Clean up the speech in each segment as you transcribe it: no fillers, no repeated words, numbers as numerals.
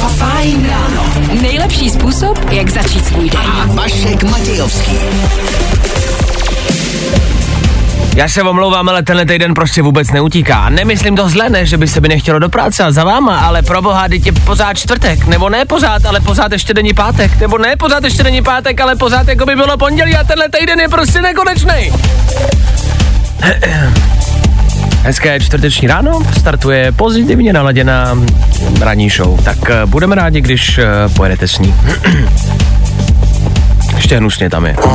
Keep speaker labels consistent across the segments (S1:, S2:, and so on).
S1: Fajn ráno.
S2: Nejlepší způsob, jak začít svůj den.
S1: A Vašek Matějovský.
S3: Já se omlouvám, ale tenhle týden prostě vůbec neutíká. Nemyslím to zle, ne, že by se mi nechtělo do práce a za váma, ale pro boha, teď je pořád čtvrtek, nebo ne pořád, ale pořád ještě není pátek, nebo ne pořád ještě není pátek, ale pořád jako by bylo pondělí a tenhle týden je prostě nekonečný. Hezké čtvrteční ráno, startuje pozitivně naladěná ranní show, tak budeme rádi, když pojedete s ní. Ještě hnusně tam je.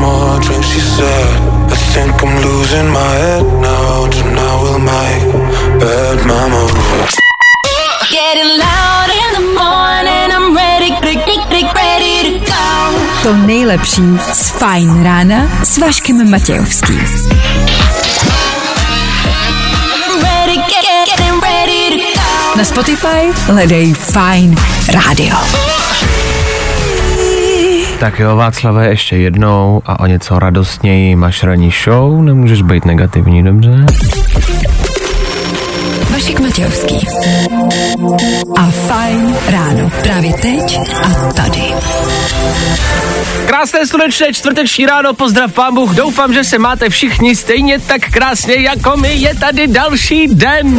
S2: To nejlepší z Fajn rána s Vaškem Matějovským. Na Spotify hledej Fajn rádio.
S3: Tak jo, Václave, ještě jednou a o něco radostněji máš ranní show, nemůžeš být negativní, dobře?
S2: Vašek Matějovský a Fajn ráno. Právě teď a tady.
S3: Krásné slunečné čtvrteční ráno, pozdrav pán Bůh, doufám, že se máte všichni stejně tak krásně jako my, je tady další den.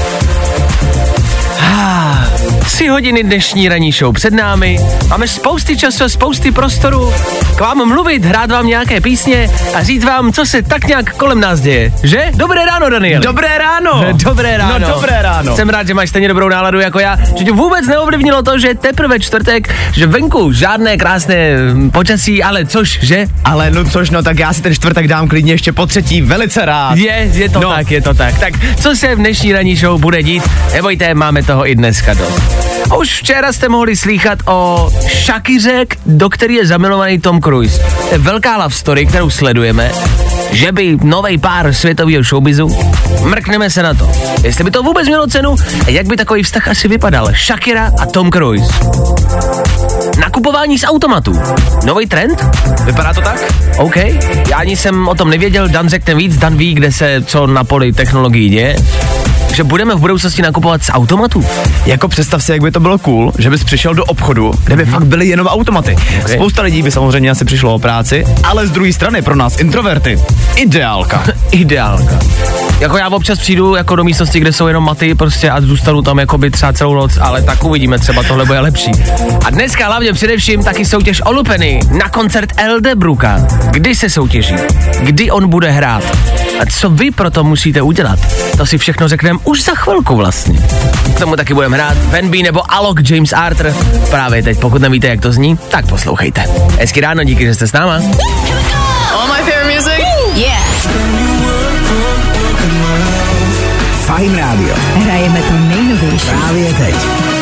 S3: 3 hodiny dnešní ranní show před námi, máme spousty času, spousty prostoru k vám mluvit, hrát vám nějaké písně a říct vám, co se tak nějak kolem nás děje, že? Dobré ráno, Daniel.
S4: Dobré ráno.
S3: Dobré ráno.
S4: No, dobré ráno.
S3: Jsem rád, že máš stejně dobrou náladu jako já, že tě vůbec neovlivnilo to, že je teprve čtvrtek, že venku žádné krásné počasí, ale což, že?
S4: Ale no což, no tak já si ten čtvrtek dám klidně ještě po třetí, velice rád.
S3: Je to tak, je to tak. Tak co se v dnešní ranní show bude dít? Nebojte, máme toho i dneska dost. A už včera jste mohli slýchat o Shakiře, do který je zamilovaný Tom Cruise. To je velká love story, kterou sledujeme, že by novej pár světového showbizu, mrkneme se na to. Jestli by to vůbec mělo cenu, jak by takový vztah asi vypadal. Shakira a Tom Cruise. Nakupování z automatů. Nový trend?
S4: Vypadá to tak?
S3: OK. Já ani jsem o tom nevěděl, Dan řekne víc, Dan ví, kde se co na poli technologií děje. Že budeme v budoucnosti nakupovat z automatů.
S4: Jako představ si, jak by to bylo cool, že bys přišel do obchodu, kde by fakt byly jenom automaty. Okay. Spousta lidí by samozřejmě asi přišlo o práci, ale z druhé strany pro nás introverty ideálka.
S3: Ideálka. Jako já občas přijdu jako do místnosti, kde jsou jenom maty prostě a zůstanu tam jako by třeba celou noc, ale tak uvidíme, třeba tohle bude lepší. A dneska hlavně především taky soutěž o lupeny na koncert Eldebrooka. Kdy se soutěží? Kdy on bude hrát? A co vy pro to musíte udělat? To si všechno řekneme už za chvilku vlastně. K tomu taky budeme hrát Van B nebo Alok James Arthur. Právě teď, pokud nevíte, jak to zní, tak poslouchejte. Hezky ráno, díky, že jste s náma.
S5: All my favorite music?
S2: Yeah.
S1: Fajn rádio.
S2: Hrajeme to nejnovější.
S1: Právě teď.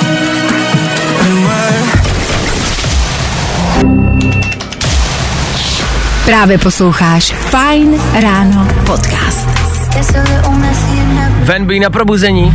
S2: Právě posloucháš Fajn ráno podcast.
S3: Van B na probuzení.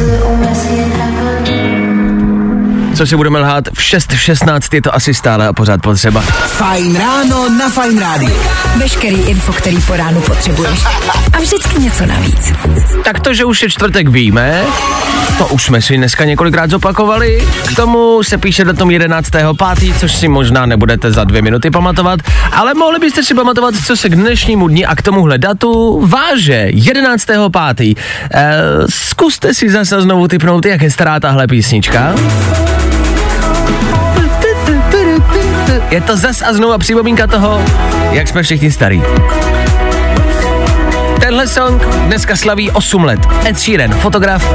S3: Co si budeme lhát, v 6:16 je to asi stále a pořád potřeba.
S1: Fajn ráno na Fajn rádiu.
S2: Veškerý info, který po ránu potřebuješ. A vždycky něco navíc.
S3: Tak to, že už je čtvrtek, víme. To už jsme si dneska několikrát zopakovali. K tomu se píše datum 11.5., což si možná nebudete za 2 minuty pamatovat, ale mohli byste si pamatovat, co se k dnešnímu dni a k tomuhle datu váže. 11.5. Zkuste si zase znovu tipnout, jak je stará tahle písnička. Je to zas a znova připomínka toho, jak jsme všichni starí. Tenhle song dneska slaví 8 let. Ed Sheeran, fotograf.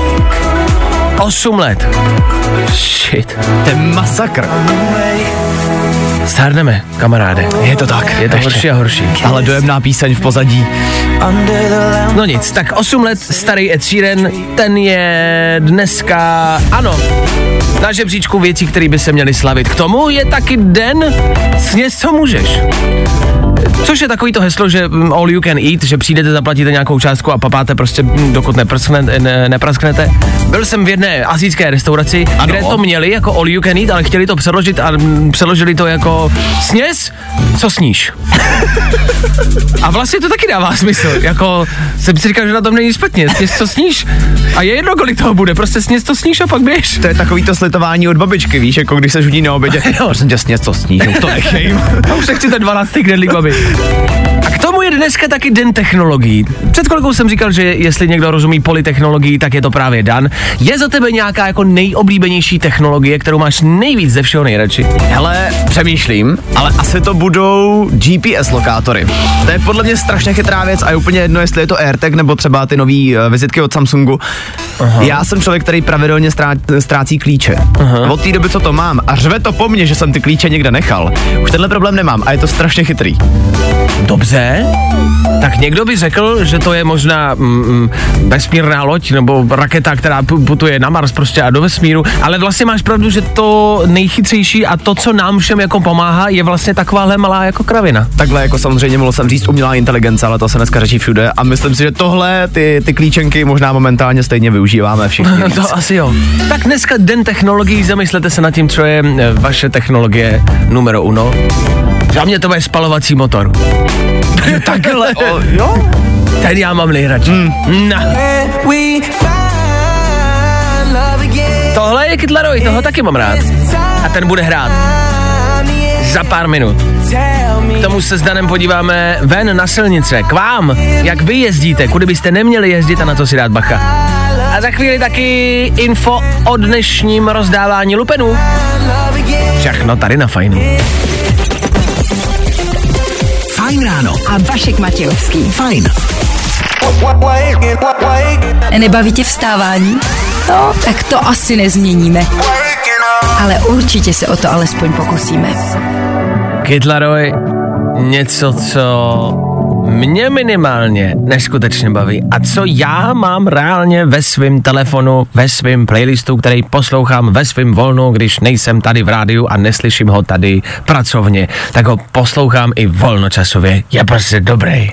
S3: 8 let. Shit.
S4: To je masakr.
S3: Stárneme, kamaráde.
S4: Je to tak.
S3: Je to
S4: ještě
S3: horší a horší.
S4: Ale dojemná píseň v pozadí.
S3: No nic, tak 8 let starý Ed Sheeran, ten je dneska, ano, na žebříčku věcí, které by se měly slavit. K tomu je taky den sněz, co můžeš. Což je takový to heslo, že all you can eat, že přijdete, zaplatíte nějakou částku a papáte prostě, dokud neprasknete. Byl jsem v jedné asijské restauraci, kde to měli jako all you can eat, ale chtěli to přeložit a přeložili to jako sněz, co sníš? A vlastně to taky dává smysl, jako jsem si říkal, že na tom není špatně, sněz, co sníš a je jedno, kolik toho bude, prostě sněz, co sníš a pak běž.
S4: To je takový to slitování od babičky, víš, jako když se žudí na obědě, prosím tě, sněz, co sníš, to nechej.
S3: A už nechci ten 12. knedlík, babi. A k tomu je dneska taky den technologií. Před chvilkou jsem říkal, že jestli někdo rozumí polytechnologií, tak je to právě Dan. Je za tebe nějaká jako nejoblíbenější technologie, kterou máš nejvíc ze všeho nejradši?
S4: Hele, přemýšlím, ale asi to budou GPS lokátory. To je podle mě strašně chytrá věc a je úplně jedno, jestli je to AirTag nebo třeba ty nový vizitky od Samsungu. Aha. Já jsem člověk, který pravidelně ztrácí klíče. Aha. Od té doby, co to mám a řve to po mně, že jsem ty klíče někde nechal. Už tenhle problém nemám a je to strašně chytrý.
S3: Dobře, tak někdo by řekl, že to je možná vesmírná loď nebo raketa, která putuje na Mars prostě a do vesmíru, ale vlastně máš pravdu, že to nejchytřejší a to, co nám všem jako pomáhá, je vlastně takováhle malá jako kravina.
S4: Takhle jako samozřejmě mohl jsem říct umělá inteligence, ale to se dneska řeší všude a myslím si, že tohle, ty klíčenky možná momentálně stejně využíváme všichni.
S3: To asi jo. Tak dneska den technologií, zamyslete se nad tím, co je vaše technologie numero uno. Za mě to bude spalovací motor.
S4: Takhle, jo?
S3: Ten já mám nejradši. Tohle je Kid Laroi, toho taky mám rád. A ten bude hrát za pár minut. K tomu se s Danem podíváme ven na silnice, k vám, jak vy jezdíte, kudy byste neměli jezdit a na to si dát bacha. A za chvíli taky info o dnešním rozdávání lupenů. Všechno tady na Fajnu.
S1: Fajn ráno.
S2: A Vašek Matějovský.
S1: Fajn.
S2: Nebaví tě vstávání? No, tak to asi nezměníme. Ale určitě se o to alespoň pokusíme.
S3: Kid Laroi, něco, co mě minimálně neskutečně baví a co já mám reálně ve svém telefonu, ve svém playlistu, který poslouchám ve svém volnu, když nejsem tady v rádiu a neslyším ho tady pracovně, tak ho poslouchám i volnočasově. Je prostě dobrý.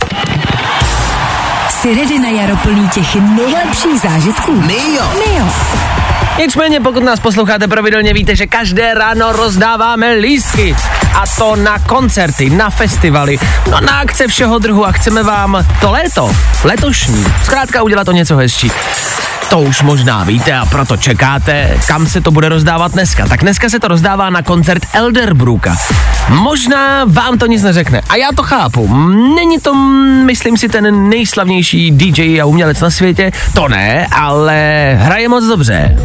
S2: Jsi ready na jaro plný těch nejlepších zážitků?
S1: My jo.
S3: Nicméně, pokud nás posloucháte pravidelně, víte, že každé ráno rozdáváme lístky. A to na koncerty, na festivaly, no na akce všeho druhu a chceme vám to léto, letošní, zkrátka udělat to něco hezčí. To už možná víte a proto čekáte, kam se to bude rozdávat dneska. Tak dneska se to rozdává na koncert Elderbrooka. Možná vám to nic neřekne a já to chápu. Není to, myslím si, ten nejslavnější DJ a umělec na světě, to ne, ale hraje moc dobře.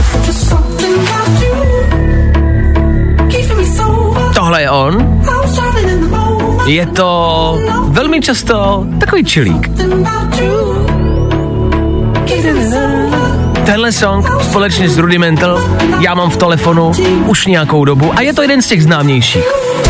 S3: Tohle je on. Je to velmi často takový chillík. Tenhle song společně s Rudimental já mám v telefonu už nějakou dobu a je to jeden z těch známějších.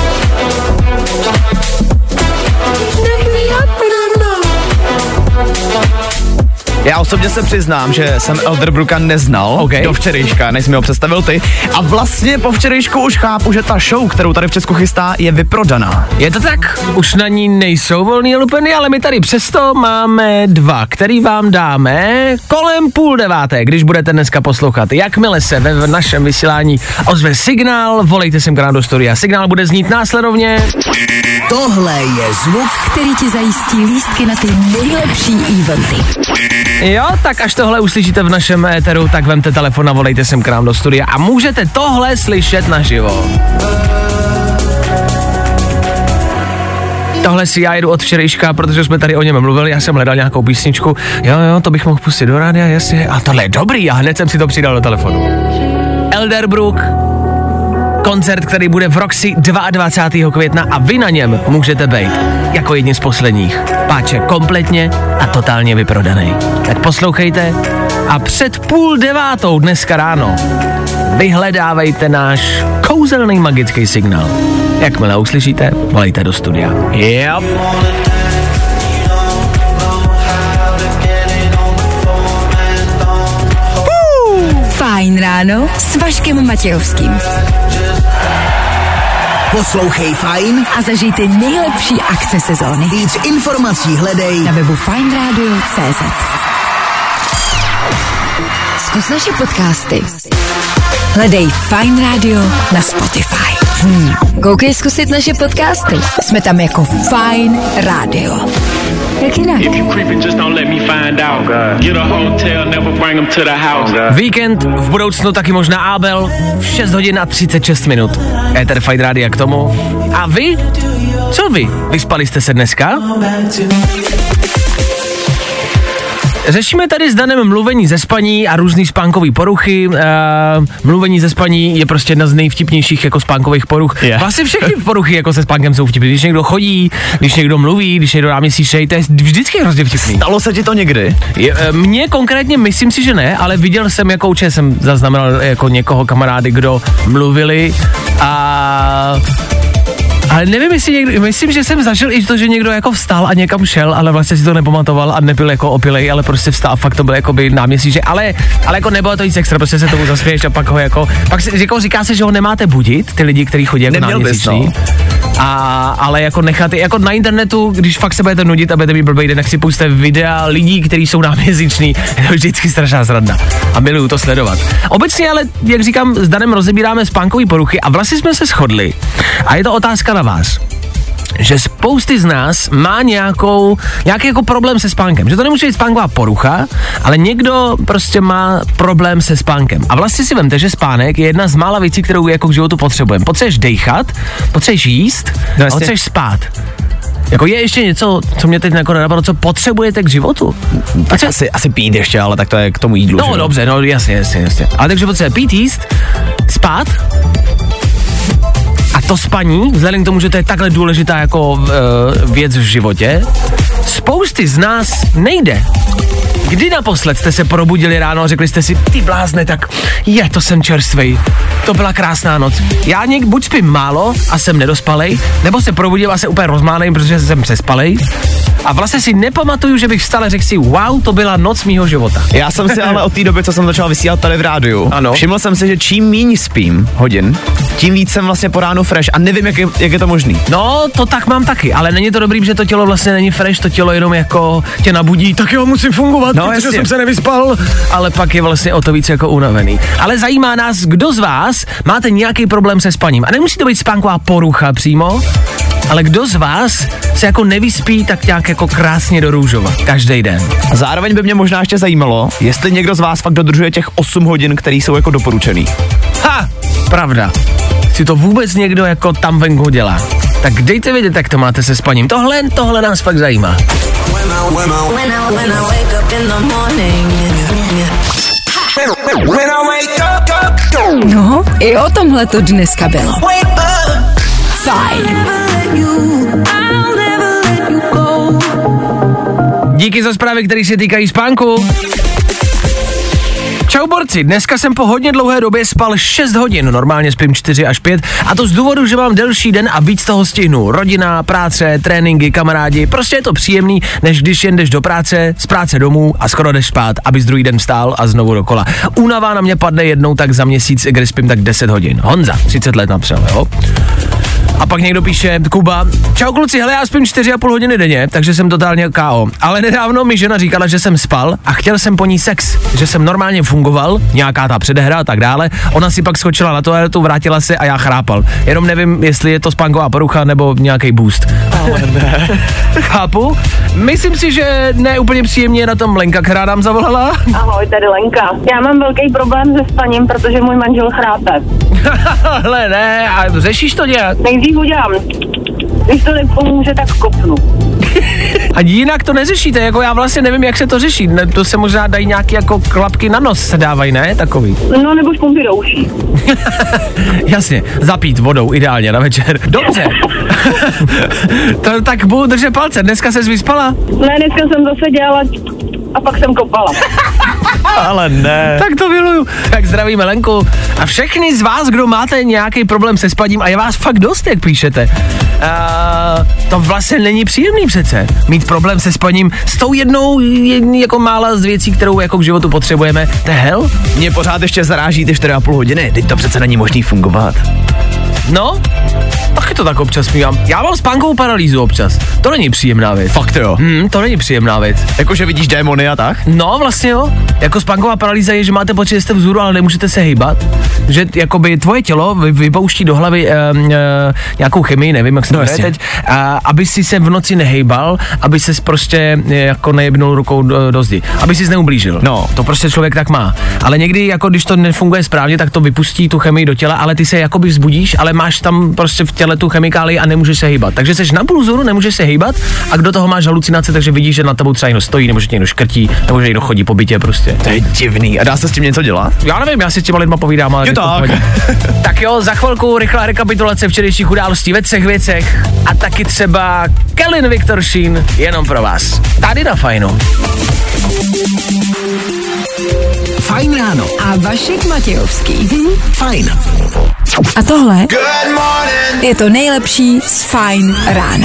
S4: Já osobně se přiznám, že jsem Elderbrooka neznal do včerejška, než jsi mi ho představil ty. A vlastně po včerejšku už chápu, že ta show, kterou tady v Česku chystá, je vyprodaná.
S3: Je to tak? Už na ní nejsou volný lupeny, ale my tady přesto máme dva, který vám dáme kolem 8:30, když budete dneska poslouchat. Jakmile se ve našem vysílání ozve signál, volejte sem k nám do studia. Signál bude znít následovně.
S1: Tohle je zvuk,
S2: Který ti zajistí lístky na ty nejlepší eventy.
S3: Jo, tak až tohle uslyšíte v našem éteru, tak vemte telefon a volejte sem k nám do studia a můžete tohle slyšet naživo. Tohle si já jedu od včerejška, protože jsme tady o něm mluvili, já jsem hledal nějakou písničku, jo, to bych mohl pustit do rádia, jasně, a tohle je dobrý a hned jsem si to přidal do telefonu. Elderbrook, koncert, který bude v Roxy 22. května a vy na něm můžete být jako jedni z posledních. Páče kompletně a totálně vyprodaný. Tak poslouchejte a před 8:30 dneska ráno vyhledávejte náš kouzelný magický signál. Jakmile uslyšíte, volejte do studia. Yep.
S2: Fajn ráno s Vaškem Matějovským.
S1: poslouchej Fajn
S2: a zažijte nejlepší akce sezóny.
S1: Víc informací hledej
S2: na webu fajnradio.cz. Zkus naše podcasty. Hledej Fajn Radio na Spotify. Koukej zkusit naše podcasty. Jsme tam jako Fajn rádio. Jak jinak?
S3: Víkend, v budoucnu taky možná Abel, v 6 hodin a 36 minut. Éter Fajn rádia k tomu. A vy? Co vy? Vyspali jste se dneska? Řešíme tady s Danem mluvení ze spaní a různý spánkový poruchy. Mluvení ze spaní je prostě jedna z nejvtipnějších jako spánkových poruch. Vlastně všechny poruchy jako se spánkem jsou vtipný. Když někdo chodí, když někdo mluví, když někdo dá měsíc, to je vždycky hrozně vtipný.
S4: Stalo se ti to někdy?
S3: Mně konkrétně myslím si, že ne, ale viděl jsem, jako určitě jsem zaznamenal jako někoho kamarády, kdo mluvili ale nevím, jestli někdo, myslím, že jsem zažil i to, že někdo jako vstal a někam šel, ale vlastně si to nepamatoval a nebyl jako opilej, ale prostě vstal a fakt to bylo jakoby náměstí, že ale jako nebylo to nic extra, prostě se tomu zasměješ a pak ho jako, pak si, jako říká se, že ho nemáte budit, ty lidi, kteří chodí jako náměsíční. Ale jako nechat, jako na internetu, když fakt se budete nudit a budete mít blbej den, tak si pusťte videa lidí, kteří jsou náměsíční, je to vždycky strašná sranda a miluju to sledovat. Obecně ale, jak říkám, s Danem rozebíráme spánkový poruchy a vlastně jsme se shodli a je to otázka na vás, že spousty z nás má nějaký jako problém se spánkem. Že to nemusí být spánková porucha, ale někdo prostě má problém se spánkem. A vlastně si vemte, že spánek je jedna z mála věcí, kterou jako k životu potřebujeme. Potřebuješ dejchat, potřebuješ jíst a potřebuješ spát. Jako je ještě něco, co mě teď jako nenapadlo, co potřebujete k životu?
S4: Tak asi pít ještě, ale tak to je k tomu jídlu.
S3: No dobře, no jasně. Ale takže potřebujete pít, jíst, spát. A to spaní, vzhledem k tomu, že to je takhle důležitá jako věc v životě, spousty z nás nejde. Kdy naposled jste se probudili ráno a řekli jste si, ty blázne, tak to jsem čerstvej, to byla krásná noc. Já buď spím málo a jsem nedospalej, nebo se probudil a jsem úplně rozmánej, protože jsem přespalej. A vlastně si nepamatuju, že bych vstal a řekl si, wow, to byla noc mýho života.
S4: Já jsem si ale od té doby, co jsem začal vysílat tady v rádiu, všiml jsem si, že čím míň spím hodin, tím víc jsem vlastně po ránu fresh a nevím, jak je to možný.
S3: No, to tak mám taky, ale není to dobrý, že to tělo vlastně není fresh, to tělo jenom jako tě nabudí, tak jo, musím fungovat, protože jsem se nevyspal, ale pak je vlastně o to víc jako unavený. Ale zajímá nás, kdo z vás máte nějaký problém se spaním. A nemusí to být spánková porucha přímo, ale kdo z vás se jako nevyspí tak nějak jako krásně do růžova každý den.
S4: Zároveň by mě možná ještě zajímalo, jestli někdo z vás fakt dodržuje těch 8 hodin, které jsou jako doporučený.
S3: Pravda. Si to vůbec někdo jako tam venku dělá. Tak dejte vědět, jak to máte se spaním. Tohle nás fakt zajímá.
S2: No, i o tomhle to dneska bylo. Fajn.
S3: Díky za zprávy, které se týkají spánku. Čau borci, dneska jsem po hodně dlouhé době spal 6 hodin, normálně spím 4 až 5 a to z důvodu, že mám delší den a víc toho stihnu. Rodina, práce, tréninky, kamarádi, prostě je to příjemný, než když jen jdeš do práce, z práce domů a skoro jdeš spát, abys druhý den vstál a znovu dokola. Únava na mě padne jednou tak za měsíc, kdy spím tak 10 hodin. Honza, 30 let napsal, jo? A pak někdo píše, Kuba, čau kluci, hele, já spím 4,5 hodiny denně, takže jsem totálně KO. Ale nedávno mi žena říkala, že jsem spal a chtěl jsem po ní sex, že jsem normálně fungoval, nějaká ta předehra a tak dále. Ona si pak skočila na toaletu, vrátila se a já chrápal. Jenom nevím, jestli je to spánková porucha nebo nějaký boost. Ale ne. Chápu. Myslím si, že ne úplně příjemně na tom Lenka, která nám zavolala.
S6: Ahoj, tady Lenka. Já mám velký problém se spaním, protože můj manžel chrápe.
S3: Ale ne, a řešíš to nějak?
S6: Nejdřív udělám. Když to nepomůže, tak kopnu.
S3: A jinak to neřešíte, jako já vlastně nevím, jak se to řeší. To se možná dají nějaký jako klapky na nos se dávají, ne? Takový.
S6: No, nebo špumpy do uší.
S3: Jasně, zapít vodou, ideálně na večer. Dobře. Tak budu držet palce, dneska ses vyspala?
S6: Ne, dneska jsem zase dělala a pak jsem kopala.
S4: Ale ne.
S3: Tak to miluju. Tak zdravíme Lenku. A všechny z vás, kdo máte nějaký problém se spaním, a je vás fakt dost, jak píšete, to vlastně není příjemný přece. Mít problém se spaním s tou jednou jako mála z věcí, kterou jako k životu potřebujeme. To je hell?
S4: Mě pořád ještě zaráží ty 4,5 hodiny. Teď to přece není možný fungovat.
S3: No, tak taky to tak občas mívám. Já mám spánkovou paralýzu občas. To není příjemná věc.
S4: Fakt jo.
S3: To není příjemná věc.
S4: Jakože vidíš démony a tak?
S3: No, vlastně jo. Jako spánková paralýza je, že máte pocit, že jste vzhůru, ale nemůžete se hýbat. Že jakoby tvoje tělo vypouští do hlavy nějakou chemii, nevím, jak se to jmenuje teď, aby si se v noci nehejbal, aby ses prostě jako nejebnul rukou do zdi. Aby si neublížil.
S4: No.
S3: To prostě člověk tak má. Ale někdy, jako když to nefunguje správně, tak to vypustí tu chemii do těla, ale ty se jakoby vzbudíš, ale máš tam prostě v těle tu chemikálii a nemůžeš se hýbat. Takže seš na půl vzhůru, nemůžeš se hýbat a do toho máš halucinace, takže vidíš, že nad tebou třeba někdo stojí, nebo že někdo škrtí, nebo že někdo chodí po bytě prostě.
S4: To je divný. A dá se s tím něco dělat?
S3: Já nevím, já si s těma lidma povídám, ale tak jo, za chvilku rychlá rekapitulace včerejších událostí ve 3 věcech a taky třeba Kalin Viktoršín jenom pro vás. Tady na Fajnu.
S1: Fajn ráno.
S2: A Vašek Matějovský.
S1: Fajn.
S2: A tohle je to nejlepší z Fajn rána.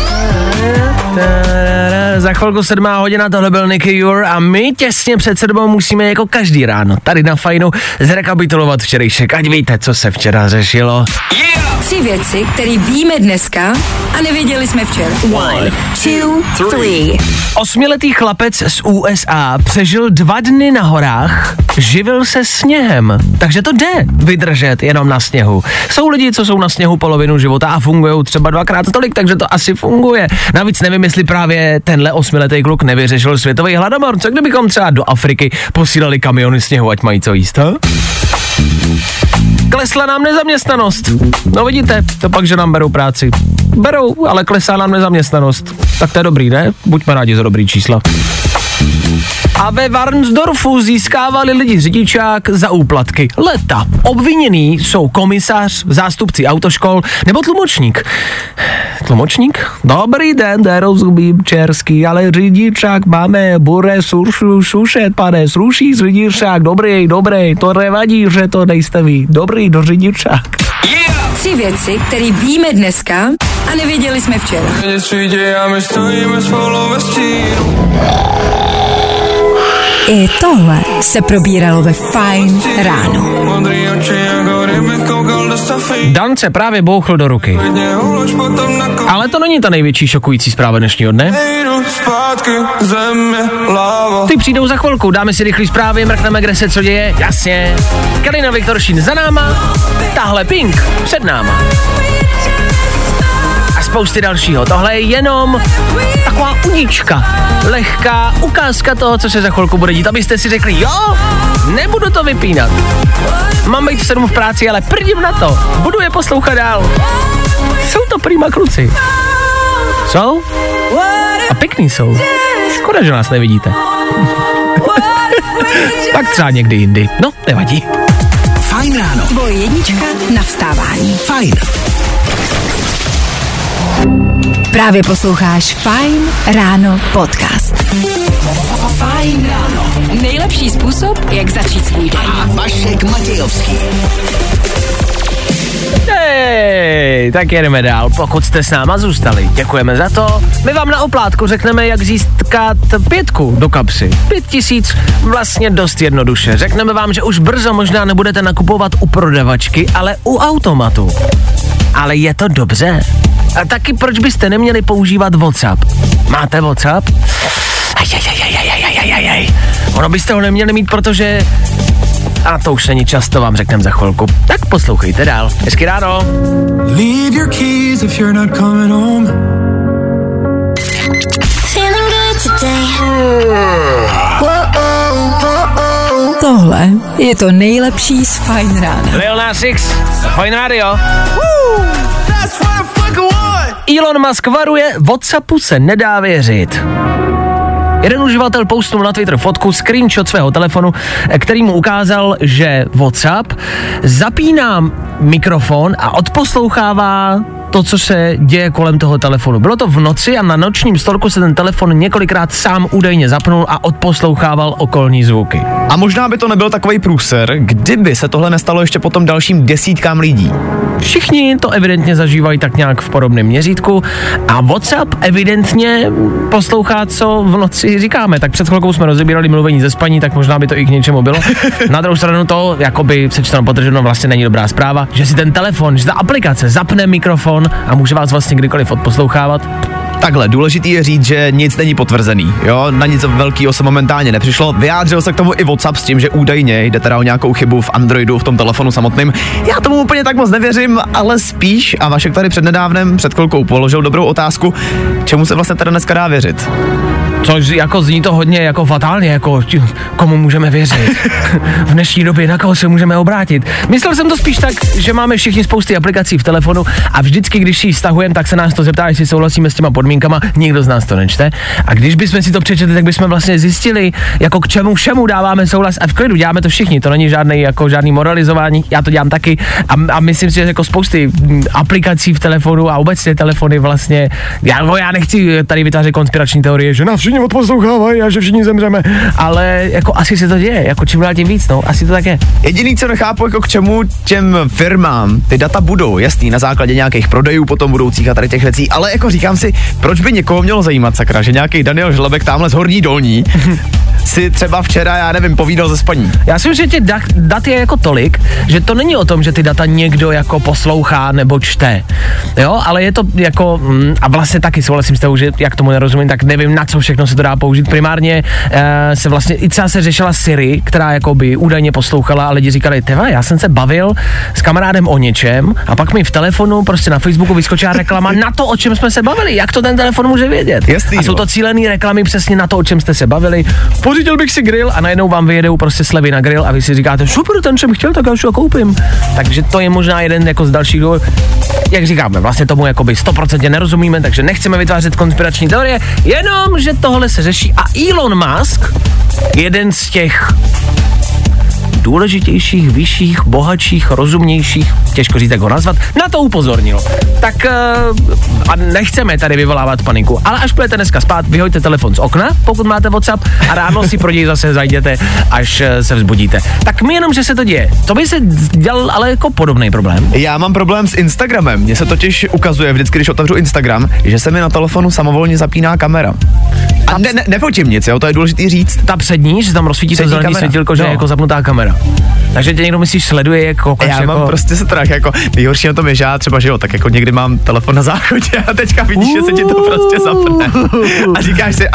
S3: Za chvilku 7 hodina, tohle byl Nicky Jur a my těsně před 7 musíme jako každý ráno tady na Fajnu zrekapitulovat včerejšek, ať víte, co se včera řešilo.
S2: 3 věci, které víme dneska a nevěděli jsme včera. 1, 2, 3.
S3: 8letý chlapec z USA přežil 2 dny na horách, živil se sněhem, takže to jde vydržet jenom na sněhu. Jsou lidi, co jsou na sněhu polovinu života a fungují třeba 2x tolik, takže to asi funguje. Navíc nevím, jestli právě tenhle 8letý kluk nevyřešil světový hladomor, co kdybychom třeba do Afriky posílali kamiony sněhu, ať mají co jíst, ha? Klesla nám nezaměstnanost. No vidíte, to pak, že nám berou práci. Berou, ale klesá nám nezaměstnanost. Tak to je dobrý, ne? Buďme rádi za dobrý čísla. A ve Varnsdorfu získávali lidi řidičák za úplatky. Leta. Obviněný jsou komisař, zástupci autoškol nebo tlumočník. Tlumočník? Dobrý den, nerozumím česky, ale řidičák máme, bude sušet, pane, sluší řidičák, dobrý, to nevadí, že to nejste vy. Dobrý, do řidičák.
S2: 3 věci, které víme dneska a nevěděli jsme včera. I tohle se probíralo ve Fajn ráno.
S3: Dan se právě bouchl do ruky. Ale to není ta největší šokující zpráva dnešního dne. Ty přijdou za chvilku, dáme si rychlý zprávy, mrkneme, kde se co děje, jasně. Kalina Viktoršín za náma, tahle Pink před náma. A spousty dalšího. Tohle je jenom taková udička, lehká ukázka toho, co se za chvilku bude dít, abyste si řekli, jo, nebudu to vypínat. Mám být v 7 v práci, ale prdím na to, budu je poslouchat dál. Jsou to prýma kluci. Jsou? A pěkný jsou. Škoda, že nás nevidíte. Tak třeba někdy jindy. No, nevadí.
S1: Fajn ráno.
S2: Tvoje jednička na vstávání.
S1: Fajn.
S2: Právě posloucháš Fajn ráno podcast.
S1: Fajn ráno.
S2: Nejlepší způsob, jak začít svůj den.
S1: A Vašek Matějovský.
S3: Hej, tak jedeme dál, pokud jste s náma zůstali. Děkujeme za to. My vám na oplátku řekneme, jak získat 5 do kapsy. 5000 vlastně dost jednoduše. Řekneme vám, že už brzo možná nebudete nakupovat u prodavačky, ale u automatu. Ale je to dobře? A taky proč byste neměli používat WhatsApp? Máte WhatsApp? Ono byste ho neměli mít, protože... A to už není často, vám řekneme za chvilku. Tak poslouchejte dál. Hezky ráno.
S7: Leave your keys if you're not coming home.
S2: Tohle je to nejlepší z Fajn rána.
S3: Lil Nas X, Fajn rádio. Elon Musk varuje, WhatsAppu se nedá věřit. Jeden uživatel postnul na Twitter fotku, screenshot svého telefonu, který mu ukázal, že WhatsApp zapíná mikrofon a odposlouchává to, co se děje kolem toho telefonu. Bylo to v noci a na nočním stolku se ten telefon několikrát sám údajně zapnul a odposlouchával okolní zvuky.
S4: A možná by to nebyl takový průser, kdyby se tohle nestalo ještě potom dalším desítkám lidí.
S3: Všichni to evidentně zažívají tak nějak v podobném měřítku a WhatsApp evidentně poslouchá, co v noci říkáme. Tak před chvilkou jsme rozebírali mluvení ze spaní, tak možná by to i k něčemu bylo. Na druhou stranu to, jakoby sečteno podtrženo, vlastně není dobrá zpráva, že si ten telefon, že ta aplikace zapne mikrofon telefon a může vás vlastně kdykoliv odposlouchávat.
S4: Takhle, důležitý je říct, že nic není potvrzený, jo, na nic velkýho se momentálně nepřišlo. Vyjádřil se k tomu i WhatsApp s tím, že údajně jde teda o nějakou chybu v Androidu, v tom telefonu samotným. Já tomu úplně tak moc nevěřím, ale spíš, a Vašek tady před chvilkou položil dobrou otázku, čemu se vlastně teda dneska dá věřit?
S3: Což jako zní to hodně jako fatálně, jako komu můžeme věřit. V dnešní době na koho se můžeme obrátit. Myslel jsem to spíš tak, že máme všichni spousty aplikací v telefonu a vždycky, když ji stahujeme, tak se nás to zeptá, jestli souhlasíme s těma podmínkama, nikdo z nás to nečte. A když bychom si to přečetli, tak bychom vlastně zjistili, jako k čemu všemu dáváme souhlas a v klidu děláme to všichni, to není žádný moralizování, já to dělám taky a myslím si, že jako spousty aplikací v telefonu a obecně telefony vlastně, já nechci tady vytvářet konspirační teorie, že nás všichni odposlouchávají a že všichni zemřeme, ale jako asi se to děje, jako čím dál tím víc, no, asi to tak je.
S4: Jediný, co nechápu, jako k čemu těm firmám ty data budou, jasný, na základě nějakých prodejů potom budoucích a tady těch věcí, ale jako říkám si, proč by někoho mělo zajímat, sakra, že nějaký Daniel Žlebek tamhle z Horní Dolní si třeba včera, já nevím, povídal ze spaní.
S3: Já si myslím, že těch dat je jako tolik, že to není o tom, že ty data někdo jako poslouchá nebo čte, jo, ale je to jako, a vlastně taky souhlasím s tou, že jak tomu nerozumím, tak nevím, na co všechno se to dá použít. Primárně se vlastně, i třeba se řešila Siri, která jako by údajně poslouchala a lidi říkali, teva, já jsem se bavil s kamarádem o něčem a pak mi v telefonu, prostě na Facebooku vyskočila reklama na to, o čem jsme se bavili, jak to ten telefon může vědět.
S4: Jasný,
S3: a jsou to cílené reklamy přesně na to, o čem jste se bavili. Pořídil bych si grill a najednou vám vyjedou prostě slevy na grill a vy si říkáte, super, ten jsem chtěl, tak já už ho koupím. Takže to je možná jeden jako z dalších důvodů. Jak říkáme, vlastně tomu jakoby 100% nerozumíme, takže nechceme vytvářet konspirační teorie, jenom, že tohle se řeší a Elon Musk, jeden z těch důležitějších, vyšších, bohatších, rozumnějších, těžko říct, jak ho nazvat, na to upozornil. Tak a nechceme tady vyvolávat paniku, ale až budete dneska spát, vyhoďte telefon z okna, pokud máte WhatsApp a ráno si pro něj zase zajděte, až se vzbudíte. Tak my jenom, že se to děje. To by se dělal ale jako podobný problém.
S4: Já mám problém s Instagramem. Mně se totiž ukazuje vždycky, když otevřu Instagram, že se mi na telefonu samovolně zapíná kamera. A nepotím nic, jo, to je důležitý říct.
S3: Ta přední, že tam rozsvítí to zelený světilko, že je jako zapnutá kamera. Takže tě někdo myslíš, sleduje jako
S4: já mám prostě strach, jako nejhorší na tom je, že já třeba, že jo, tak jako někdy mám telefon na záchodě a teďka vidíš, že se ti to prostě zapne. A říkáš si,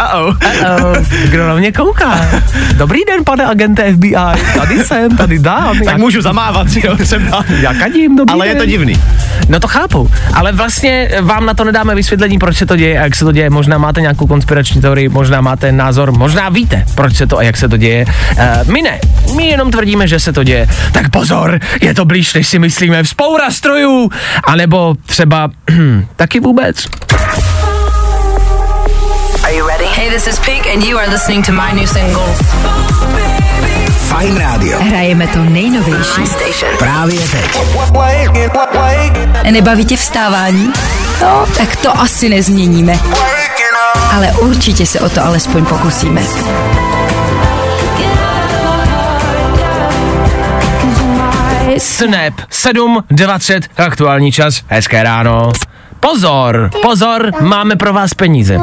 S3: kdo na mě kouká? Dobrý den, pane agente FBI, tady jsem, tady dám.
S4: Tak můžu zamávat, jo, třeba.
S3: Já kadím, dobrý
S4: ale
S3: den.
S4: Je to divný.
S3: No to chápu, ale vlastně vám na to nedáme vysvětlení, proč se to děje a jak se to děje. Možná máte nějakou konspirační teorii, možná máte názor, možná víte, proč se to a jak se to děje. My ne, my jenom tvrdíme, že se to děje. Tak pozor, je to blíž, než si myslíme, vzpoura strojů, anebo třeba taky vůbec.
S2: Are you ready? Hey, this is Pink and you are listening to my new single.
S1: Fajn rádio.
S2: Hrajeme to nejnovější.
S1: Právě teď.
S2: Nebaví tě vstávání? No, tak to asi nezměníme. Ale určitě se o to alespoň pokusíme.
S3: Snap 7:20, aktuální čas, hezké ráno. Pozor, máme pro vás peníze.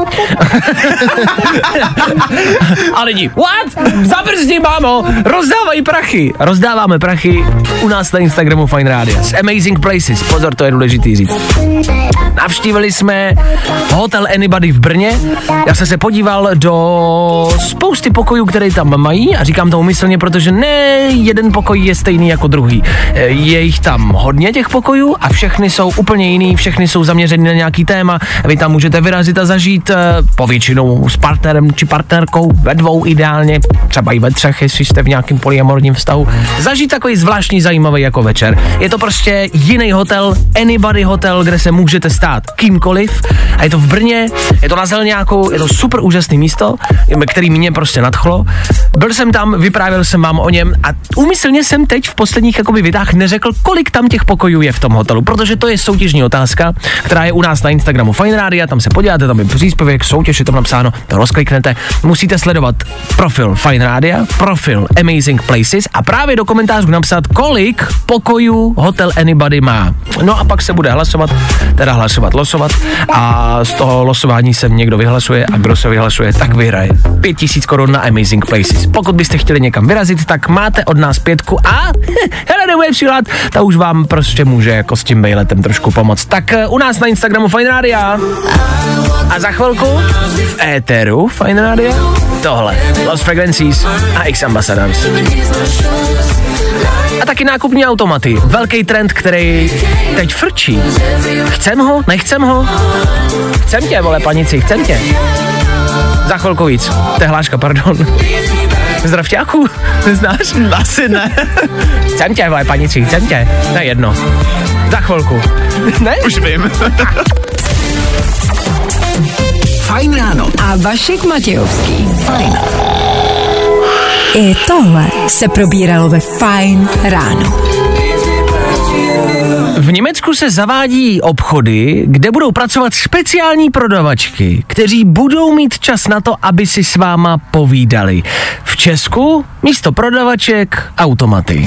S3: A lidi, what? Zabrzdí, mámo, rozdáváme prachy u nás na Instagramu Fajn Rádia. Z Amazing Places, pozor, to je důležitý říct. Navštívili jsme hotel Anybody v Brně, já jsem se podíval do spousty pokojů, které tam mají a říkám to umyslně, protože ne jeden pokoj je stejný jako druhý. Je jich tam hodně těch pokojů a všechny jsou úplně jiný, všechny jsou zaměřený na nějaký téma, vy tam můžete vyrazit a zažít povětšinou s partnerem či partnerkou, ve dvou ideálně, třeba i ve třech, jestli jste v nějakém polyamorním vztahu, zažít takový zvláštní zajímavý jako večer. Je to prostě jiný hotel, Anybody hotel, kde se můžete stát kýmkoliv a je to v Brně, je to na Zelňáku, je to super úžasné místo, který mě prostě nadchlo. Byl jsem tam, vyprávěl jsem vám o něm a úmyslně jsem teď v posledních jakoby vidách neřekl, kolik tam těch pokojů je v tom hotelu, protože to je soutěžní otázka, která je u nás na Instagramu Fajn Rádia, tam se podíváte, tam je příspěvek, soutěž, je tam napsáno, to rozkliknete, musíte sledovat profil Fajn Rádia, profil Amazing Places a právě do komentářů napsat, kolik pokojů hotel Anybody má. No a pak se bude losovat a z toho losování se někdo vyhlasuje a kdo se vyhlasuje, tak vyhraje 5000 korun na Amazing Places. Pokud byste chtěli někam vyrazit, tak máte od nás 5 a hele, nebude přihlád, ta už vám prostě může jako s tím bejletem trošku pomoct. Tak u nás na Instagramu Fajn Rádia a za chvilku v éteru Fajn Rádia tohle Lost Frequencies a X Ambassadors. A taky nákupní automaty. Velký trend, který teď frčí. Chcem ho? Nechcem ho? Chcem tě, vole panici, chcem tě. Za chvilku víc. To je hláška, pardon. Zdravťáku, neznáš?
S4: Asi ne.
S3: Chcem tě, vole panici, chcem tě. To je jedno. Za chvilku. Ne?
S4: Už vím.
S1: Fajn ráno.
S2: A Vašek Matějovský.
S1: Fajn.
S2: I tohle se probíralo ve Fajn ráno.
S3: V Německu se zavádí obchody, kde budou pracovat speciální prodavačky, kteří budou mít čas na to, aby si s váma povídali. V Česku místo prodavaček automaty.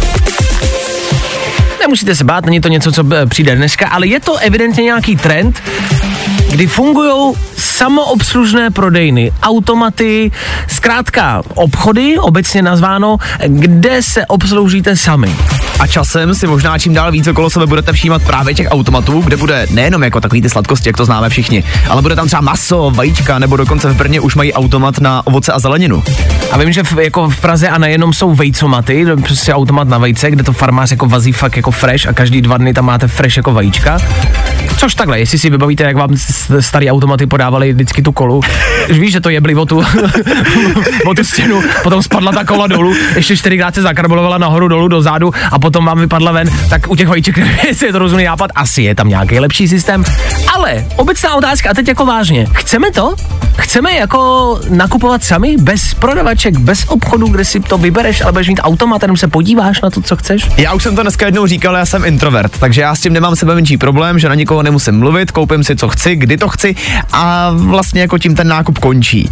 S3: Nemusíte se bát, není to něco, co přijde dneska, ale je to evidentně nějaký trend, kdy fungujou samoobslužné prodejny, automaty, zkrátka obchody, obecně nazváno, kde se obsloužíte sami.
S4: A časem si možná čím dál víc okolo sebe budete všímat právě těch automatů, kde bude nejenom jako takový ty sladkosti, jak to známe všichni, ale bude tam třeba maso, vajíčka, nebo dokonce v Brně už mají automat na ovoce a zeleninu.
S3: A vím, že jako v Praze a nejenom jsou vejcomaty, prostě automat na vejce, kde to farmář jako vazí fakt jako fresh a každý 2 dny tam máte fresh jako vajíčka. Což takhle, jestli si vybavíte, jak vám starý automaty podávali vždycky tu kolu, víš, že to jebli o tu stěnu, potom spadla ta kola dolů, ještě 4krát se zakarbolovala nahoru, dolů, dozadu a potom vám vypadla ven, tak u těch vajíček, jestli je to rozumný nápad, asi je tam nějaký lepší systém. Ale obecná otázka, a teď jako vážně, chceme to? Chceme jako nakupovat sami, bez prodavaček, bez obchodu, kde si to vybereš, ale budeš mít automat, jenom se podíváš na to, co chceš?
S4: Já už jsem to dneska jednou říkal, já jsem introvert, takže já s tím nemám sebemenší problém, že na nikoho nemusím mluvit, koupím si, co chci, kdy to chci a vlastně jako tím ten nákup končí.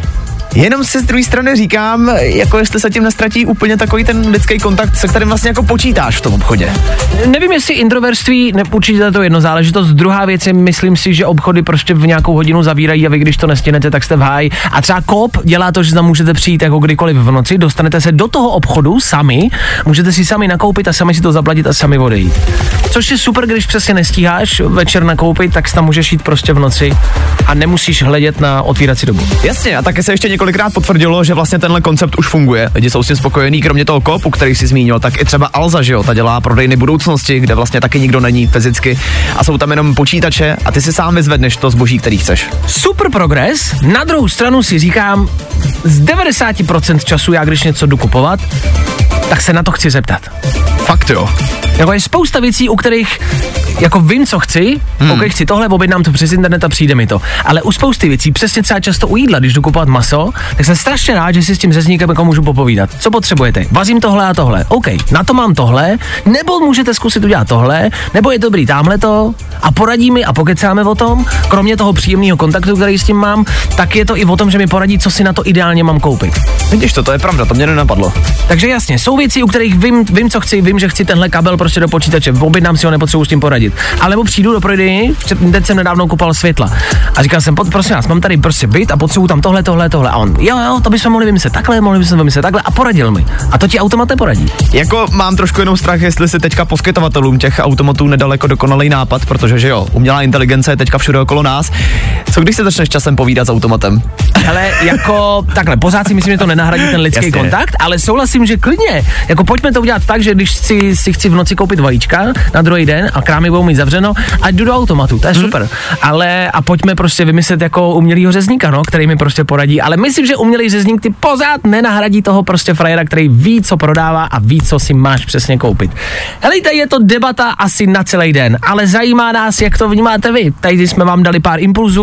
S4: Jenom si z druhé strany říkám, jako jestli se tím nestratí úplně takový ten lidský kontakt, se kterým vlastně jako počítáš v tom obchodě.
S3: Nevím, jestli introverství, určitě to jedno záležitost. Druhá věc je, myslím si, že obchody prostě v nějakou hodinu zavírají a vy, když to nestihnete, tak jste v háji. A třeba Coop dělá to, že tam můžete přijít jako kdykoliv v noci, dostanete se do toho obchodu sami, můžete si sami nakoupit a sami si to zaplatit a sami odejít. Což je super, když přesně nestíháš večer nakoupit, tak si tam můžeš jít prostě v noci a nemusíš hledět na otvírací dobu.
S4: Jasně, a taky se ještě několikrát potvrdilo, že vlastně tenhle koncept už funguje. Lidi jsou s tím spokojení, kromě toho Coopu, který si zmínil, tak i třeba Alza, že jo, ta dělá prodejny budoucnosti, kde vlastně taky nikdo není fyzicky a jsou tam jenom počítače a ty si sám vyzvedneš to zboží, který chceš.
S3: Super progres, na druhou stranu si říkám, z 90% času já, když něco jdu kupovat, tak se na to chci zeptat.
S4: Fakt jo.
S3: Jako je spousta věcí, u kterých jako vím, co chci, chci tohle, objednám to přes internet a přijde mi to. Ale u spousty věcí, přesně třeba často u jídla, když jdu kupovat maso, tak jsem strašně rád, že si s tím řezníkem jako můžu popovídat. Co potřebujete? Vazím tohle a tohle. OK, na to mám tohle, nebo můžete zkusit udělat tohle, nebo je dobrý támhleto a poradí mi a pokecáme o tom. Kromě toho příjemného kontaktu, který s tím mám, tak je to i o tom, že mi poradí, co si na to ideálně mám koupit.
S4: Vidíš to je pravda, to mě nenapadlo.
S3: Takže jasně, jsou věci, u kterých vím, co chci, vím, že chci tenhle kabel prostě do počítače, objednám si ho, nepotřebuji s tím poradit. Ale nebo přijdu do prodejny, teď jsem nedávno kupoval světla. A říkal jsem, prosím vás, mám tady prostě byt a potřebuji tam tohle. A on, jo, to bychom mohli vymyslet takhle a poradil mi. A to ti automat neporadí.
S4: Jako mám trošku jenom strach, jestli si teďka poskytovatelům těch automatů nedal jako dokonalý nápad, protože že jo, umělá inteligence je teďka všude okolo nás. Co když se začneš časem povídat s automatem?
S3: Ale jako takhle, pořád si myslím, že to nenahradí ten lidský kontakt, ale souhlasím, že klidně. Jako pojďme to udělat tak, že když si chci v noci koupit vajíčka na druhý den a krámy budou mít zavřeno, ať jdu do automatu, to je super. Ale a pojďme prostě vymyslet jako umělýho řezníka, no, který mi prostě poradí. Ale myslím, že umělý řezník ty pořád nenahradí toho prostě frajera, který ví, co prodává a ví, co si máš přesně koupit. Helejte, je to debata asi na celý den, ale zajímá nás, jak to vnímáte vy. Tady jsme vám dali pár impulzů.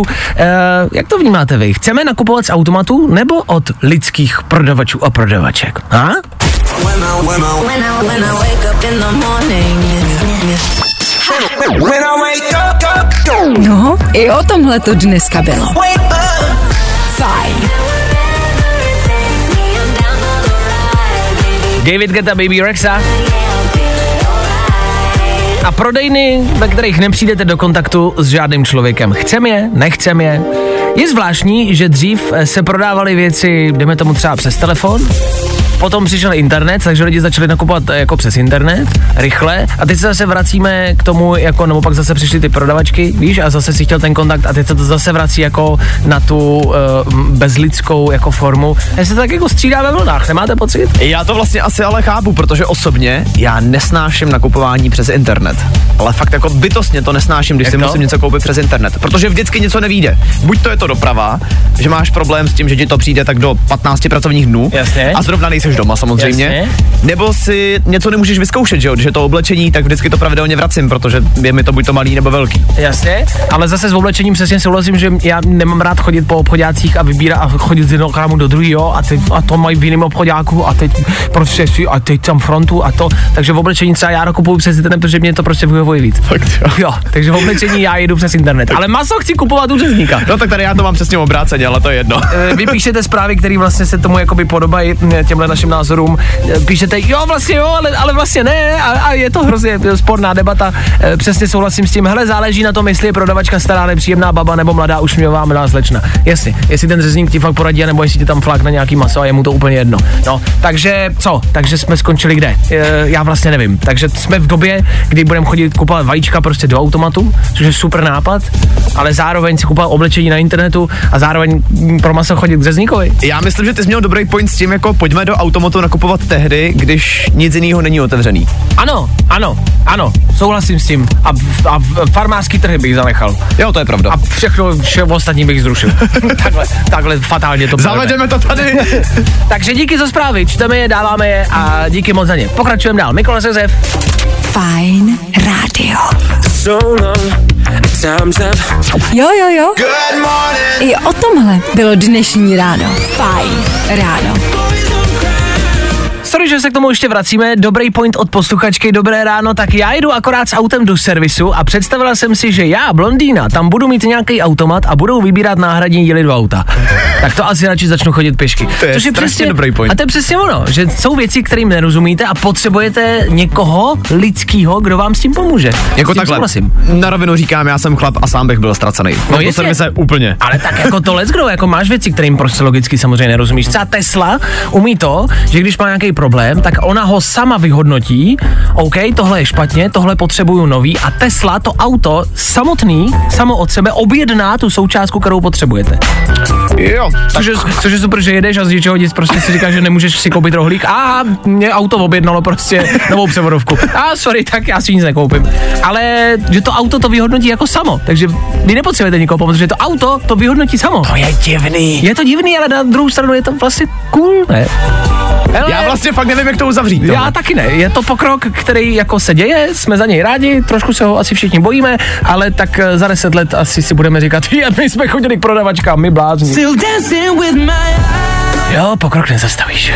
S3: Jak to vnímáte vy? Chceme nakupovat z automatu nebo od lidských prodavačů a prodavaček? Ha?
S2: No, i o tomhle to dneska bylo. Fajn.
S3: David Guetta, Baby Rexha. A prodejny, ve kterých nepřijdete do kontaktu s žádným člověkem. Chcem je, nechcem je. Je zvláštní, že dřív se prodávaly věci, jdeme tomu třeba přes telefon, potom přišel internet, takže lidi začali nakupovat jako přes internet, rychle, a teď se zase vracíme k tomu, jako, nebo pak zase přišly ty prodavačky, víš, a zase si chtěl ten kontakt a teď se to zase vrací jako na tu bezlidskou jako formu. Já se to tak jako střídá ve vlnách, nemáte pocit?
S4: Já to vlastně asi ale chápu, protože osobně já nesnáším nakupování přes internet. Ale fakt jako bytostně to nesnáším, když si musím něco koupit přes internet, protože vždycky něco nevyjde. Buď to je to doprava, že máš problém s tím, že ti to přijde tak do 15 pracovních dnů.
S3: Jasně.
S4: A zrovna nejseš doma samozřejmě. Jasně. Nebo si něco nemůžeš vyzkoušet, že jo, když je to oblečení, tak vždycky to pravidelně vracím, protože je mi to buď to malý nebo velký.
S3: Jasně, ale zase s oblečením přesně souhlasím, že já nemám rád chodit po obchodácích a vybírat a chodit z jednoho krámu do druhého a to mají v jiném obchodáku a teď prostě si a teď tam frontu a to, takže v oblečení třeba já kupuju přes internet, protože mě to prostě vyhovuje víc.
S4: Fakt
S3: jo, takže v oblečení já jedu přes internet, ale maso chci kupovat u řezníka.
S4: No tak tady já to mám přesně obráceně, ale to je jedno.
S3: Vy píšete zprávy, které vlastně se tomu jakoby podobají těmhle našim názorům. Píšete, jo, vlastně jo, ale vlastně ne a je to hrozně sporná debata. Přesně souhlasím s tím. Hele, záleží na tom, jestli je prodavačka stará, nepříjemná baba nebo mladá usměvavá milá slečna. Jasně, jestli ten řezník ti fakt poradí, nebo jestli ti tam flákne nějaký maso a je mu to úplně jedno. No, takže co? Takže jsme skončili kde? Já vlastně nevím. Takže jsme v době, kdy budeme chodit kupovat vajíčka prostě do automatu, což je super nápad, ale zároveň si kupovat oblečení na internetu a zároveň pro maso chodit k řezníkovi.
S4: Já myslím, že ty jsi měl dobrý point s tím, jako pojďme do automatu nakupovat tehdy, když nic jiného není otevřený.
S3: Ano, souhlasím s tím. A farmářský trhy bych zanechal.
S4: Jo, to je pravda.
S3: A všechno ostatní bych zrušil. takhle fatálně to
S4: zavedeme to tady.
S3: Takže díky za zprávy, čteme je, dáváme je a díky moc za ně. Pokračujeme dál. Mikolas Josef.
S2: Fajn rádio. Jo. I o tomhle bylo dnešní ráno. Fajn ráno.
S3: Sorry, že se k tomu ještě vracíme, dobrý point od posluchačky, dobré ráno, tak já jdu akorát s autem do servisu a představila jsem si, že já, blondýna, tam budu mít nějaký automat a budou vybírat náhradní díly do auta. Tak to asi radši začnu chodit pěšky.
S4: To je přesně dobrý point.
S3: A to je přesně ono, že jsou věci, kterým nerozumíte a potřebujete někoho lidskýho, kdo vám s tím pomůže.
S4: Jako takhle, na rovinu říkám, já jsem chlap a sám bych byl ztracený. No to se mi se úplně.
S3: Ale tak jako to leckdo, jako máš věci, kterým prostě logicky samozřejmě nerozumíš. Třeba Tesla umí to, že když má nějaký problém, tak ona ho sama vyhodnotí, OK, tohle je špatně, tohle potřebuju nový a Tesla to auto samotný, samo od sebe objedná tu součástku, kterou potřebujete.
S4: Jo.
S3: Což je super, že jedeš a z něčeho nic prostě si říkáš, že nemůžeš si koupit rohlík a mě auto objednalo prostě novou převodovku. Sorry, tak já si nic nekoupím. Ale že to auto to vyhodnotí jako samo, takže vy nepotřebujete nikoho pomoct, že to auto to vyhodnotí samo.
S4: To je divný.
S3: Je to divný, ale na druhou stranu je to vlastně cool, ne?
S4: Hele, já vlastně fakt nevím, jak to uzavřít.
S3: Já tohle. Taky ne. Je to pokrok, který jako se děje, jsme za něj rádi, trošku se ho asi všichni bojíme, ale tak za 10 let asi si budeme říkat, my jsme chodili k prodavačkám, my blázni. Jo, pokrok nezastavíš.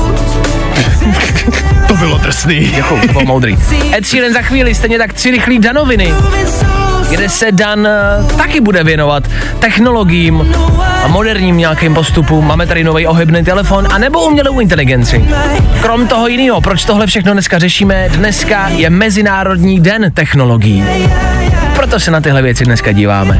S4: To bylo drsný.
S3: Děkuju, to bylo moudrý. Ed Sheeran za chvíli, stejně tak 3 rychlý danoviny, kde se Dan taky bude věnovat technologiím a moderním nějakým postupům. Máme tady nový ohebný telefon a nebo umělou inteligenci. Krom toho jiného, proč tohle všechno dneska řešíme? Dneska je Mezinárodní den technologií. Proto se na tyhle věci dneska díváme.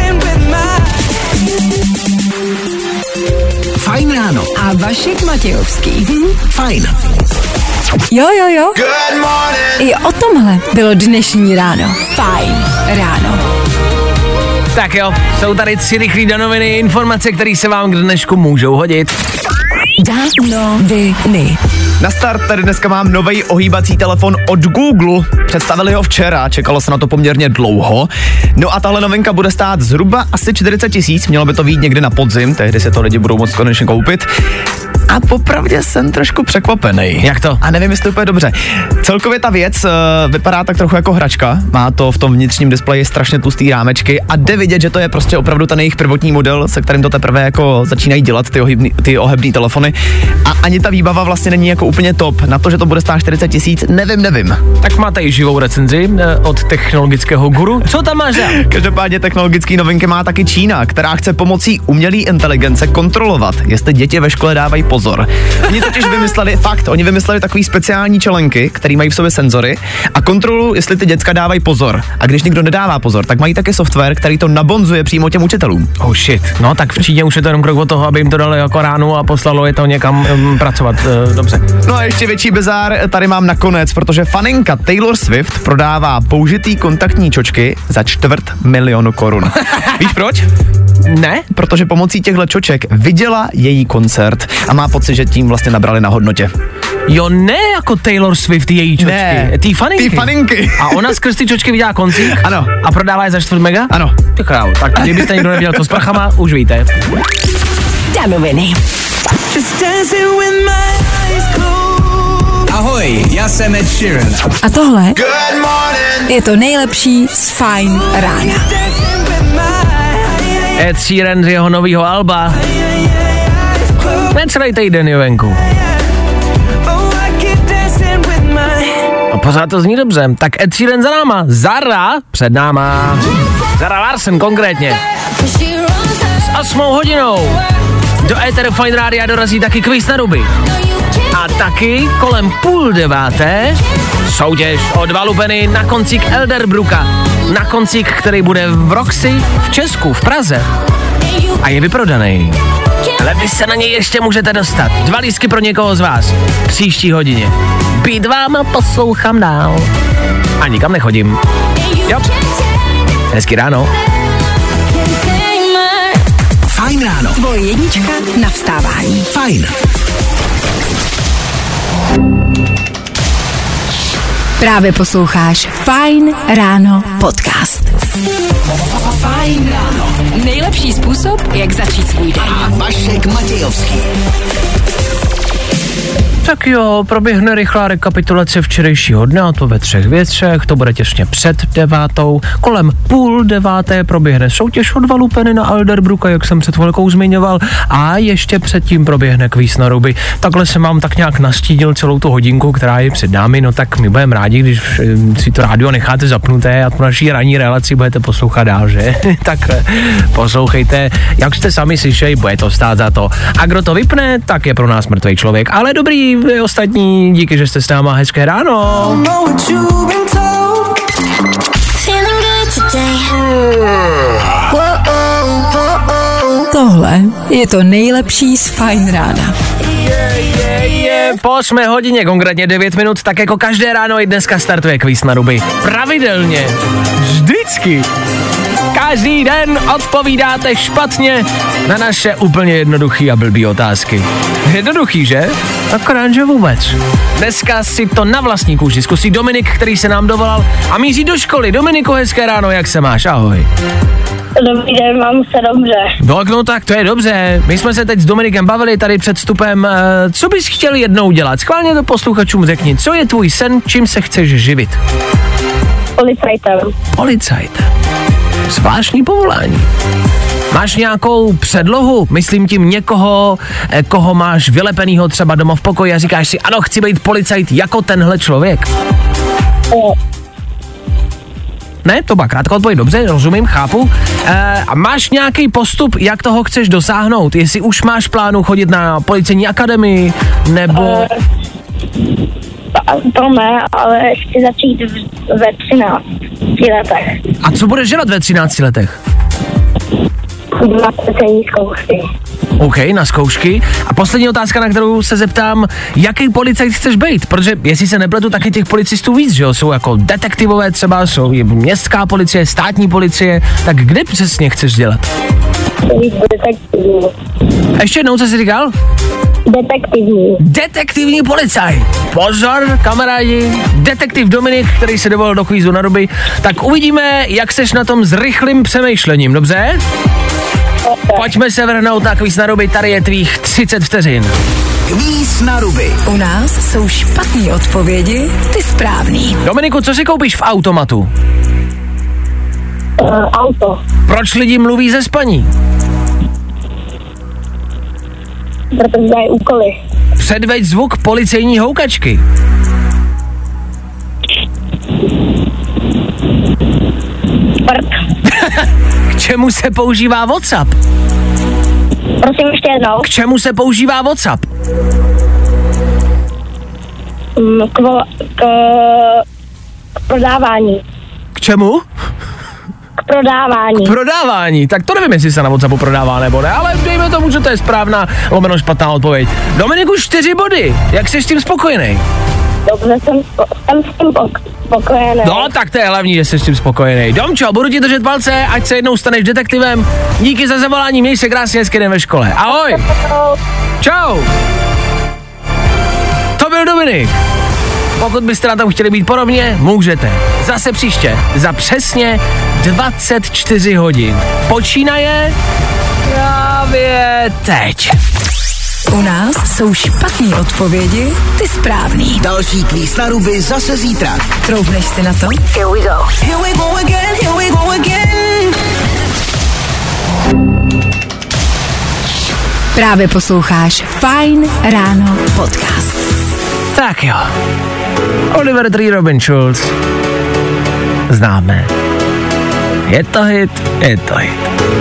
S1: Fajn ráno.
S2: A Vašek Matějovský.
S1: Fajn.
S2: Jo. I o tomhle bylo dnešní ráno. Fajn ráno.
S3: Tak jo, jsou tady 3 rychlý danoviny, informace, které se vám k dnešku můžou hodit.
S2: Danoviny.
S4: Na start tady dneska mám nový ohýbací telefon od Google. Představili ho včera, čekalo se na to poměrně dlouho. No a tahle novinka bude stát zhruba asi 40 000, mělo by to být někdy na podzim, tehdy se to lidi budou moct konečně koupit. A popravdě jsem trošku překvapený.
S3: Jak to?
S4: A nevím, jestli to úplně dobře. Celkově ta věc vypadá tak trochu jako hračka. Má to v tom vnitřním displeji strašně tlustý rámečky a jde vidět, že to je prostě opravdu ten jejich prvotní model, se kterým to teprve jako začínají dělat ty ohebný telefony. A ani ta výbava vlastně není jako úplně top. Na to, že to bude stát 40 000, nevím.
S3: Tak máte i živou recenzi od technologického guru. Co tam máš?
S4: Každopádně technologické novinky má taky Čína, která chce pomocí umělé inteligence kontrolovat, jestli děti ve škole dávají pozor. Oni totiž vymysleli takový speciální čelenky, který mají v sobě senzory a kontrolují, jestli ty děcka dávají pozor. A když někdo nedává pozor, tak mají taky software, který to nabonzuje přímo těm učitelům.
S3: Oh shit, no tak v Číně už je to jenom krok od toho, aby jim to dali jako ránu a poslalo je to někam pracovat, dobře.
S4: No a ještě větší bizár tady mám nakonec, protože faninka Taylor Swift prodává použitý kontaktní čočky za 250 000 korun. Víš proč?
S3: Ne?
S4: Protože pomocí těchto čoček viděla její koncert a má pocit, že tím vlastně nabrali na hodnotě.
S3: Jo, ne jako Taylor Swift její čočky.
S4: Ne,
S3: ty faninky. A ona skrz ty čočky viděla koncert?
S4: Ano.
S3: A prodává je za 4 mega?
S4: Ano.
S3: Ty krávo, tak kdybyste někdo nevěděl, co s prachama, už víte.
S2: Danoviny.
S1: Ahoj, já jsem Ed Sheeran.
S2: A tohle je to nejlepší z Fajn rána.
S3: Ed Sheeran z jeho novýho alba. Necelý týden je venku. A pořád to zní dobře. Tak Ed Sheeran za náma. Zara před náma. Zara Larsen konkrétně. S 8 hodinou do éteru Fajn rádia dorazí taky kvíz na ruby. A taky kolem 8:30 soutěž o 2 lupeny na koncík Elderbrucka. Na koncík, který bude v Roxy v Česku, v Praze. A je vyprodaný. Ale vy se na něj ještě můžete dostat. 2 lístky pro někoho z vás. V příští hodině. Být váma poslouchám dál. A nikam nechodím. Jo. Hezký ráno.
S1: Fajn ráno.
S2: Tvoje jednička na vstávání.
S1: Fajn.
S2: Právě posloucháš Fajn ráno podcast.
S1: Fajn ráno.
S2: Nejlepší způsob, jak začít svůj den.
S1: A Vašek Matějovský.
S3: Tak jo, proběhne rychlá rekapitulace včerejšího dne, a to ve 3 věcech, to bude těsně před 9. Kolem 8:30 proběhne soutěž o 2 lupeny na Elderbrucka, jak jsem před chvilkou zmiňoval, a ještě předtím proběhne kvíz na ruby. Takhle jsem vám tak nějak nastínil celou tu hodinku, která je před námi, no tak my budeme rádi, když si to rádio necháte zapnuté a tu naší ranní relaci budete poslouchat dál, že? Tak poslouchejte, jak jste sami slyšeli, bude to stát za to. A kdo to vypne, tak je pro nás mrtvý člověk, ale dobrý. Vy ostatní, díky, že jste s náma, hezké ráno.
S2: Tohle je to nejlepší z Fajn rána.
S3: Po 8 hodině, konkrétně 9 minut, tak jako každé ráno i dneska startuje kvíz na ruby. Pravidelně. Vždycky. Každý den odpovídáte špatně na naše úplně jednoduchý a blbý otázky. Jednoduchý, že? Akorát, že vůbec. Dneska si to na vlastní kůži zkusí Dominik, který se nám dovolal a míří do školy. Dominiku, hezké ráno, jak se máš? Ahoj.
S6: Dobrý den, mám se dobře.
S3: No tak to je dobře. My jsme se teď s Dominikem bavili tady před vstupem. Co bys chtěl jednou dělat? Schválně to posluchačům řekni. Co je tvůj sen, čím se chceš živit? Policajtem. Zvláštní povolání. Máš nějakou předlohu? Myslím tím někoho, koho máš vylepenýho třeba doma v pokoji a říkáš si, ano, chci být policajt jako tenhle člověk. Ne, to byla krátká odpověď, dobře, rozumím, chápu. A máš nějaký postup, jak toho chceš dosáhnout? Jestli už máš plánu chodit na policejní akademii, nebo...
S6: To ne, ale chci začít ve 13 letech.
S3: A co budeš dělat ve 13 letech?
S6: Na policejní zkoušky.
S3: OK, na zkoušky. A poslední otázka, na kterou se zeptám, jaký policajt chceš být? Protože jestli se nepletu, tak je těch policistů víc, že jo? Jsou jako detektivové třeba, jsou městská policie, státní policie, tak kde přesně chceš dělat?
S6: Detektivní.
S3: Ještě jednou, co jsi říkal?
S6: Detektivní.
S3: Detektivní policaj. Pozor, kamarádi, detektiv Dominik, který se dovolil do kvízu na ruby. Tak uvidíme, jak seš na tom s rychlým přemýšlením, dobře? Pojďme se vrhnout na kvíz na ruby, tady je tvých 30 vteřin.
S1: Kvíz na ruby.
S2: U nás jsou špatné odpovědi, ty správný.
S3: Dominiku, co si koupíš v automatu?
S6: Auto.
S3: Proč lidi mluví ze spaní?
S6: Protože dají úkoly.
S3: Předveď zvuk policejní houkačky.
S6: Prd.
S3: K čemu se používá WhatsApp?
S6: Prosím ještě jednou.
S3: K čemu se používá WhatsApp?
S6: K prodávání.
S3: K čemu?
S6: K prodávání.
S3: Prodávání. Tak to nevím, jestli se na WhatsAppu prodává nebo ne, ale dejme tomu, že to je správná, lomeno špatná odpověď. Dominiku, 4 body. Jak jsi s tím spokojený?
S6: Dobře, jsem s tím spokojený.
S3: No, tak to je hlavní, že jsi s tím spokojený. Domčo, budu ti držet palce, ať se jednou staneš detektivem. Díky za zavolání, měj se krásně, hezký den ve škole. Ahoj. Čau. To byl Dominik. Pokud byste na tom chtěli být podobně, můžete. Zase příště, za přesně 24 hodin. Počínaje právě teď.
S2: U nás jsou špatný odpovědi, ty správný.
S1: Další kvíz na ruby zase zítra.
S2: Troufneš si na to?
S1: Here we go. Here we go again, here we go again.
S2: Právě posloucháš Fajn ráno podcast.
S3: Tak jo. Oliver Tree, Robin Schulz. Známe. Je to hit, je to hit.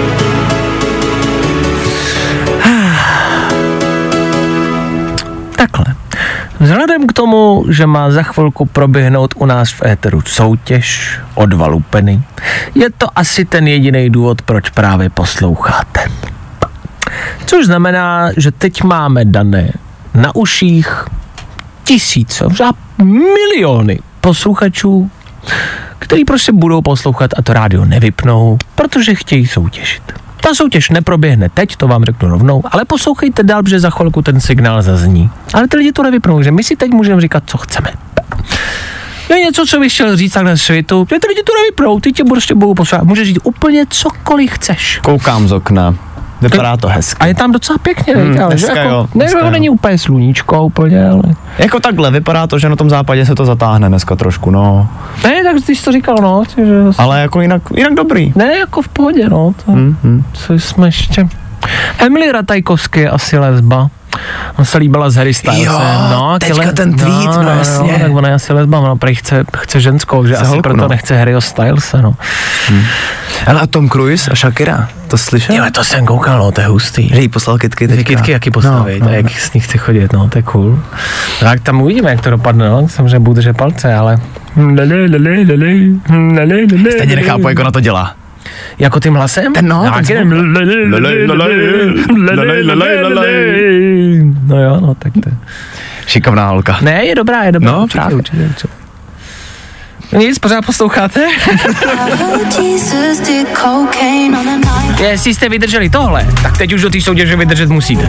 S3: Takhle. Vzhledem k tomu, že má za chvilku proběhnout u nás v éteru soutěž o 2 lupeny, je to asi ten jediný důvod, proč právě posloucháte. Což znamená, že teď máme dané na uších tisíce, možná miliony posluchačů, který prostě budou poslouchat a to rádio nevypnou, protože chtějí soutěžit. Ta soutěž neproběhne teď, to vám řeknu rovnou, ale poslouchejte dál, protože za chvilku ten signál zazní. Ale ty lidi to nevypnou, že my si teď můžeme říkat, co chceme. Je něco, co bych chtěl říct takhle světu, že ty lidi to nevypnou, ty tě prostě budou poslouchat. Můžeš říct úplně cokoliv chceš.
S4: Koukám z okna. Vypadá to hezky.
S3: A je tam docela pěkně, ale že jako,
S4: dneska
S3: není úplně sluníčko úplně, ale...
S4: Jako takhle, vypadá to, že na tom západě se to zatáhne dneska trošku, no.
S3: Ne, tak ty jsi to říkal, no. Že...
S4: Ale jako jinak dobrý.
S3: Ne, jako v pohodě, no. To, co jsme ještě... Emily Ratajkovsky je asi lesba. On se líbila s Harry Stylesem.
S4: Jo,
S3: no,
S4: teďka ten tweet, no jasně.
S3: No, tak ona je asi lesba, ona prej chce ženskou, že asi
S4: holku,
S3: proto nechce Harryho Stylese, no.
S4: Ale a Tom Cruise a Shakira, to slyšel?
S3: Jo, to jsem koukal, no, to je hustý.
S4: Že jí poslal kytky teďka.
S3: Kytky jaký postaví, no, jak s ní chce chodit, no, to je cool. Tak tam uvidíme, jak to dopadne, no, samozřejmě budu držet palce, ale...
S4: Stejně nechápu, jak ona to dělá.
S3: Jako tím hlasem?
S4: Ten no,
S3: no jo, no tak to je.
S4: Šikovná holka.
S3: Ne, je dobrá.
S4: No,
S3: určitě. Nic, pořád posloucháte? Jestli jste vydrželi tohle, tak teď už do té soutěže vydržet musíte.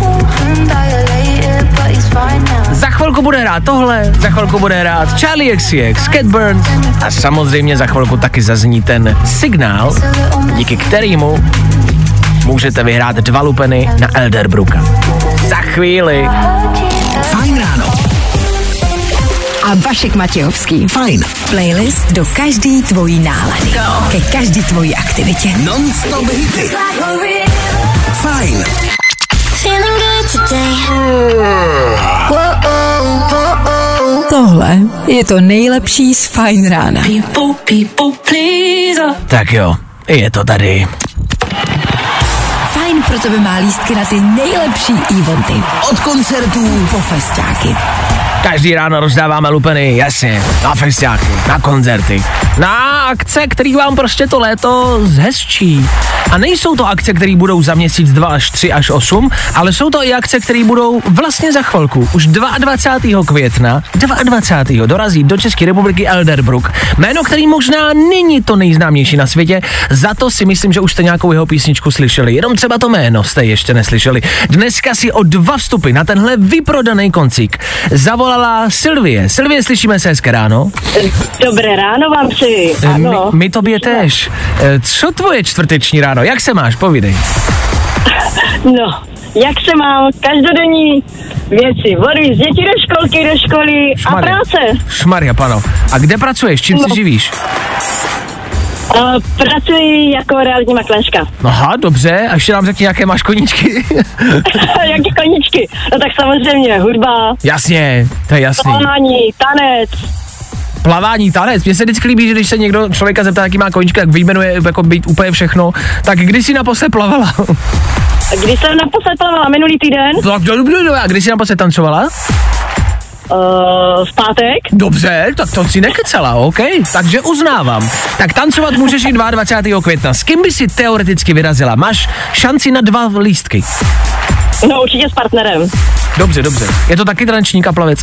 S3: Za chvilku bude hrát tohle, za chvilku bude hrát Charlie XCX, Cat Burns a samozřejmě za chvilku taky zazní ten signál, díky kterému můžete vyhrát 2 lupeny na Elderbrooka. Za chvíli.
S1: Fajn ráno.
S2: A Vašek Matějovský.
S1: Fajn.
S2: Playlist do každý tvojí nálady. Ke každý tvojí aktivitě.
S1: Non-stop hity. Fajn.
S2: Tohle je to nejlepší z Fajn rána.
S3: Tak jo, je to tady.
S2: Fajn pro tebe má lístky na ty nejlepší eventy.
S1: Od koncertů
S2: Po festiáky.
S3: Každý ráno rozdáváme lupeny, jasně, na festiáky, na koncerty, na akce, který vám prostě to léto zhezčí. A nejsou to akce, které budou za měsíc 2 až 3 až 8, ale jsou to i akce, které budou vlastně za chvilku. Už 22. května, 22. dorazí do České republiky Elderbrook. Jméno, který možná není to nejznámější na světě, za to si myslím, že už jste nějakou jeho písničku slyšeli. Jenom třeba to jméno jste ještě neslyšeli. Dneska si o 2 vstupy na tenhle vyprodaný koncík zavolala Sylvie. Sylvie, slyšíme se, hezké ráno.
S6: Dobré ráno vám přeji. Ano.
S3: My tobě též. Co tvoje čtvrteční ráno? Jak se máš? Povídej.
S6: No, jak se mám? Každodenní věci. Odvíz děti do školky, do školy a práce.
S3: Šmarja, pano. A kde pracuješ? Čím se živíš?
S6: Pracuji jako realitní makléřka.
S3: Aha, dobře. A ještě nám řekni, jaké máš koníčky.
S6: Jaké koníčky? No tak samozřejmě hudba.
S3: Jasně, to je jasný.
S6: Plavání, tanec.
S3: Plavání, tanec. Mně se vždycky líbí, že když se někdo člověka zeptá, jaký má koníčky, tak vyjmenuje jako být úplně všechno. Tak kdy jsi naposled plavala?
S6: Když jsem naposled tancovala minulý týden.
S3: A kdy jsi naposled tancovala?
S6: V pátek.
S3: Dobře, tak to si nekecala, OK, takže uznávám. Tak tancovat můžeš i 22. května. S kým by si teoreticky vyrazila? Máš šanci na 2 lístky.
S6: No určitě s partnerem.
S3: Dobře. Je to taky tanečník a plavec?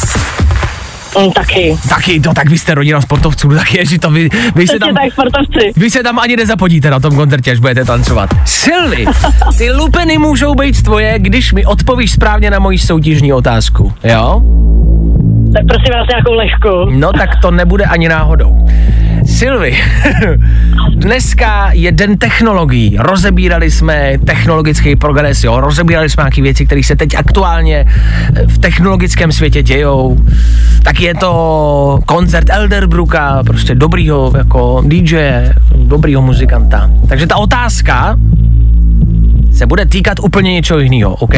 S6: Taky.
S3: Taky, tak vy jste rodina sportovců, tak je, že to vy se tam...
S6: tak sportovci.
S3: Vy se tam ani nezapodíte na tom koncertě, až budete tancovat. Sylvie, ty lupeny můžou být tvoje, když mi odpovíš správně na moji soutěžní otázku, jo?
S6: Tak prosím vás nějakou lehkou.
S3: No tak to nebude ani náhodou. Sylvie, dneska je den technologií. Rozebírali jsme technologický progres, jo? Rozebírali jsme nějaké věci, které se teď aktuálně v technologickém světě dějou. Tak je to koncert Elderbrooka, prostě dobrýho jako DJ, dobrýho muzikanta. Takže ta otázka se bude týkat úplně něčeho jiného, OK?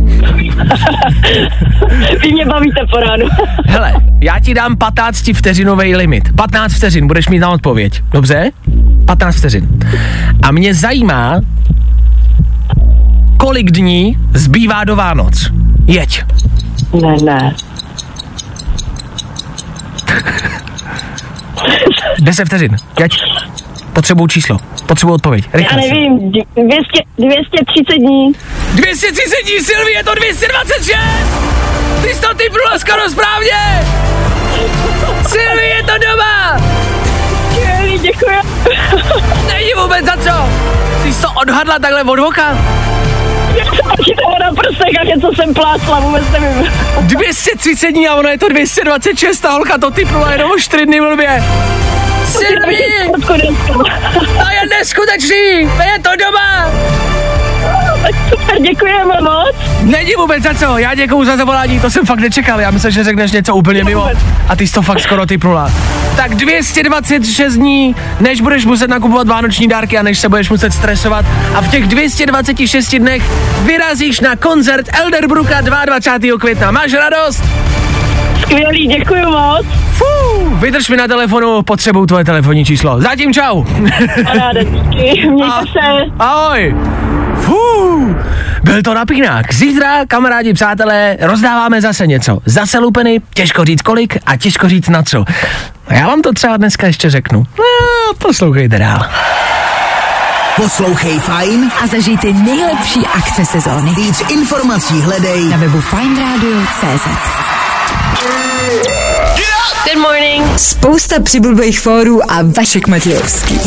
S6: Vy mě bavíte po ránu.
S3: Hele, já ti dám 15 vteřinový limit. 15 vteřin, budeš mít na odpověď, dobře? 15 vteřin. A mě zajímá, kolik dní zbývá do Vánoc. Jeď.
S6: Ne.
S3: 10 vteřin, jeď. Potřebuju číslo, potřebuju odpověď. Rychle.
S6: Já nevím, 230 dní.
S3: 230 dní, Sylvie, je to 226! Ty jsi to typnula skoro správně! Sylvie, je to doma!
S6: Děkuji.
S3: Není vůbec za co! Ty jsi to odhadla takhle od voka?
S6: Já jsem taky toho na prstek a něco jsem plácla, vůbec nevím.
S3: 230 dní a ono je to 226, ta holka to typnula jenom o 4 dny blbě. Sylvie! To je neskutečný! Je to doma!
S6: Tak super, děkujeme moc.
S3: Není vůbec za co, já děkuju za zavolání, to jsem fakt nečekal, já myslím, že řekneš něco úplně mimo a ty jsi to fakt skoro typnula. Tak 226 dní, než budeš muset nakupovat vánoční dárky a než se budeš muset stresovat a v těch 226 dnech vyrazíš na koncert Elderbrooka 22. května. Máš radost?
S6: Skvělý, děkuju moc.
S3: Vydrž mi na telefonu, potřebuju tvoje telefonní číslo. Zatím čau.
S6: Ráda, díky, mějte se.
S3: Ahoj. Byl to napínák. Zítra, kamarádi, přátelé, rozdáváme zase něco. Zase lupeny, těžko říct kolik a těžko říct na co. A já vám to třeba dneska ještě řeknu. Poslouchejte dál.
S8: Poslouchej Fajn
S2: A zažijte nejlepší akce sezóny.
S8: Víc informací hledej
S2: Na webu fajnradio.cz.
S5: Good morning.
S2: Spousta přibulbých fórů a Vašek Matějovský.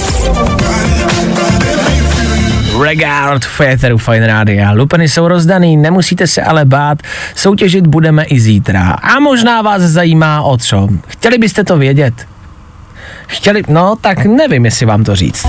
S3: Regard Féteru Fajn Rádia. Lupeny jsou rozdaný, nemusíte se ale bát, soutěžit budeme i zítra. A možná vás zajímá o co. Chtěli byste to vědět? No tak nevím, jestli vám to říct.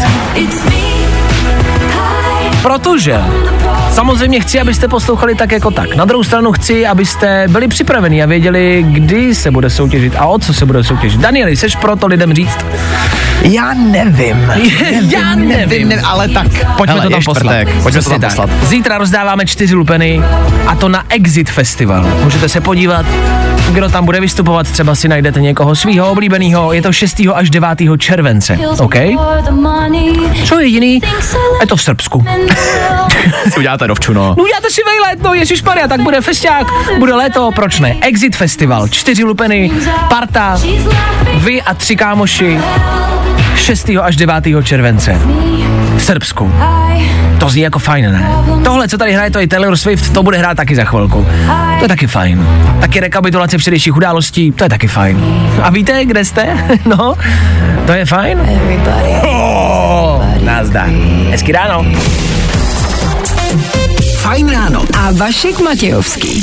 S3: Protože samozřejmě chci, abyste poslouchali tak jako tak. Na druhou stranu chci, abyste byli připraveni a věděli, kdy se bude soutěžit a o co se bude soutěžit. Danieli, seš pro to lidem říct?
S4: Já nevím.
S3: Já nevím.
S4: Ale tak,
S3: Pojďme to tam poslat.
S4: Pojďme to tam poslat.
S3: Zítra rozdáváme 4 lupeny a to na Exit Festival. Můžete se podívat, kdo tam bude vystupovat, třeba si najdete někoho svýho oblíbeného. Je to 6. až 9. července, OK? Co je jediný? Je to v Srbsku.
S4: Si uděláte dovču, no.
S3: No uděláte si vejlet, no ježišmarja, tak bude festiák, bude léto, proč ne? Exit Festival, 4 lupeny, parta, vy a 3 kámoši, 6. až 9. července v Srbsku. To zní jako fajn, ne? Tohle, co tady hraje, to je Taylor Swift, to bude hrát taky za chvilku. To je taky fajn. Taky rekapitulace včerejších událostí, to je taky fajn. A víte, kde jste? No, to je fajn. Nazdar. Hezky ráno.
S8: Fajn ráno
S2: A Vašek Matějovský.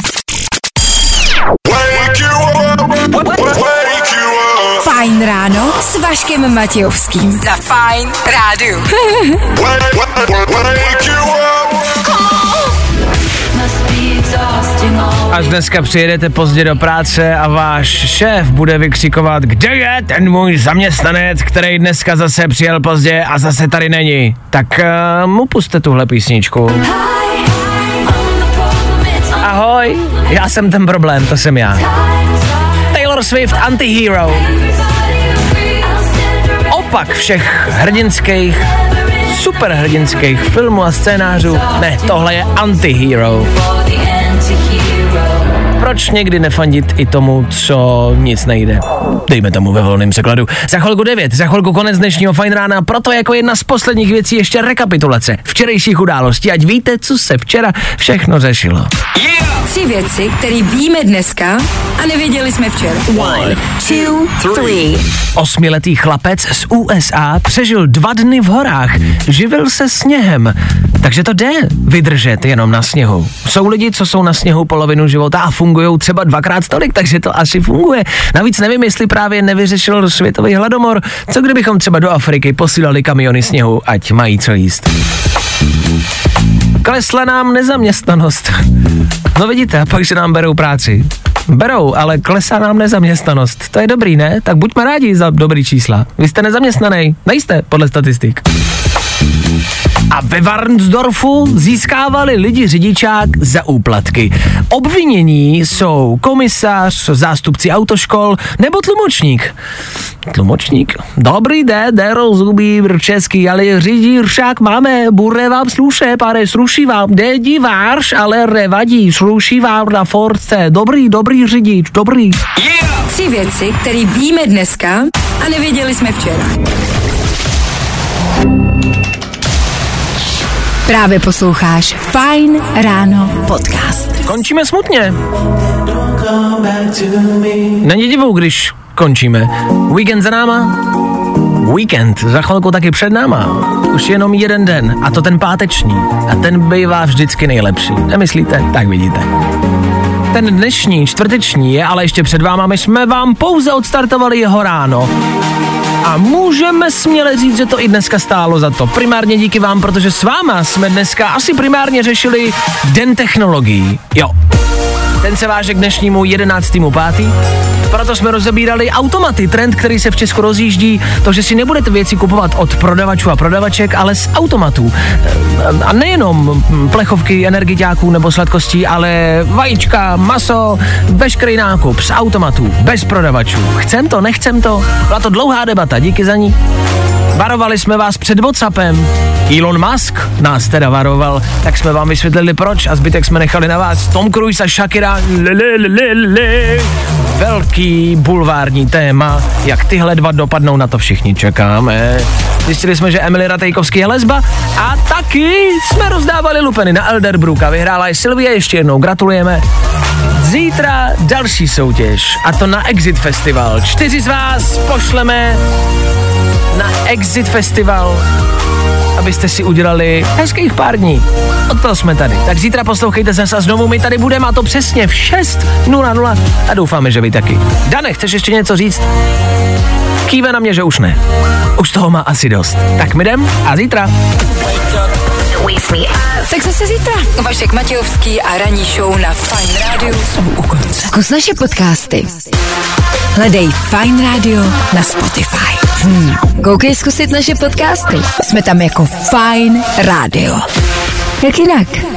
S2: Fajn ráno s Vaškem Matějovským. Za Fajn rádiu.
S3: Až dneska přijedete pozdě do práce a váš šéf bude vykřikovat, kde je ten můj zaměstnanec, který dneska zase přijel pozdě a zase tady není. Tak mu puste tuhle písničku. Ahoj, já jsem ten problém, to jsem já. Taylor Swift, Antihero. Opak všech hrdinských, superhrdinských filmů a scénářů. Ne, tohle je antihero. Proč někdy nefandit i tomu, co nic nejde? Dejme tomu ve volném překladu. Za chvilku 9, za chvilku konec dnešního Fajn rána, proto jako jedna z posledních věcí ještě rekapitulace včerejších událostí, ať víte, co se včera všechno řešilo.
S2: 3 věci, které víme dneska a nevěděli jsme včera. 1, 2, 3.
S3: 8letý chlapec z USA přežil 2 dny v horách, živil se sněhem, takže to jde vydržet jenom na sněhu. Jsou lidi, co jsou na sněhu polovinu života a fungujou třeba 2x tolik, takže to asi funguje. Navíc nevím, jestli právě nevyřešil světový hladomor, co kdybychom třeba do Afriky posílali kamiony sněhu, ať mají co jíst. Klesla nám nezaměstnanost. No vidíte, a pak, že nám berou práci. Berou, ale klesá nám nezaměstnanost. To je dobrý, ne? Tak buďme rádi za dobrý čísla. Vy jste nezaměstnaný, nejste, podle statistik. A ve Varnsdorfu získávali lidi řidičák za úplatky. Obvinění jsou komisař, zástupci autoškol nebo tlumočník. Tlumočník? Dobrý den, nerozumím česky, ale řidičák máme, bude vám sluše, pane, sluší vám, není váš, ale nevadí, sluší vám na force. Dobrý řidič, dobrý.
S2: 3 věci, které víme dneska a nevěděli jsme včera. Právě posloucháš Fajn ráno podcast.
S3: Končíme smutně. Není divu, když končíme. Víkend za náma. Víkend za chvilku taky před náma. Už jenom jeden den, a to ten páteční. A ten bývá vždycky nejlepší. Nemyslíte? Tak vidíte. Ten dnešní, čtvrteční je ale ještě před váma, my jsme vám pouze odstartovali jeho ráno. A můžeme směle říct, že to i dneska stálo za to. Primárně díky vám, protože s váma jsme dneska asi primárně řešili Den technologií. Jo. Ten se váže k dnešnímu 11.5. Proto jsme rozebírali automaty, trend, který se v Česku rozjíždí, to, že si nebudete věci kupovat od prodavačů a prodavaček, ale z automatů. A nejenom plechovky, energiťáků nebo sladkostí, ale vajíčka, maso, veškerý nákup z automatů, bez prodavačů. Chcem to, nechcem to? Byla to dlouhá debata, díky za ní. Varovali jsme vás před WhatsAppem. Elon Musk nás teda varoval, tak jsme vám vysvětlili proč a zbytek jsme nechali na vás. Tom Cruise a Shakira. Velký bulvární téma. Jak tyhle 2 dopadnou, na to všichni čekáme. Zjistili jsme, že Emily Ratejkovský je lesba a taky jsme rozdávali lupeny na Elderbrooka. Vyhrála je Sylvie, ještě jednou gratulujeme. Zítra další soutěž a to na Exit Festival. 4 z vás pošleme na Exit Festival, abyste si udělali hezkých pár dní. Od toho jsme tady. Tak zítra poslouchejte zase a znovu my tady budeme, a to přesně v 6:00 a doufáme, že vy taky. Dane, chceš ještě něco říct? Kýve na mě, že už ne. Už toho má asi dost. Tak my jdem a zítra.
S2: Tak zase zítra. Vašek Matějovský a ranní show na Fajn rádiu jsou u konce. Zkus naše podcasty. Hledej Fajn rádio na Spotify. Koukej zkusit naše podcasty. Jsme tam jako Fajn rádio. Jak jinak?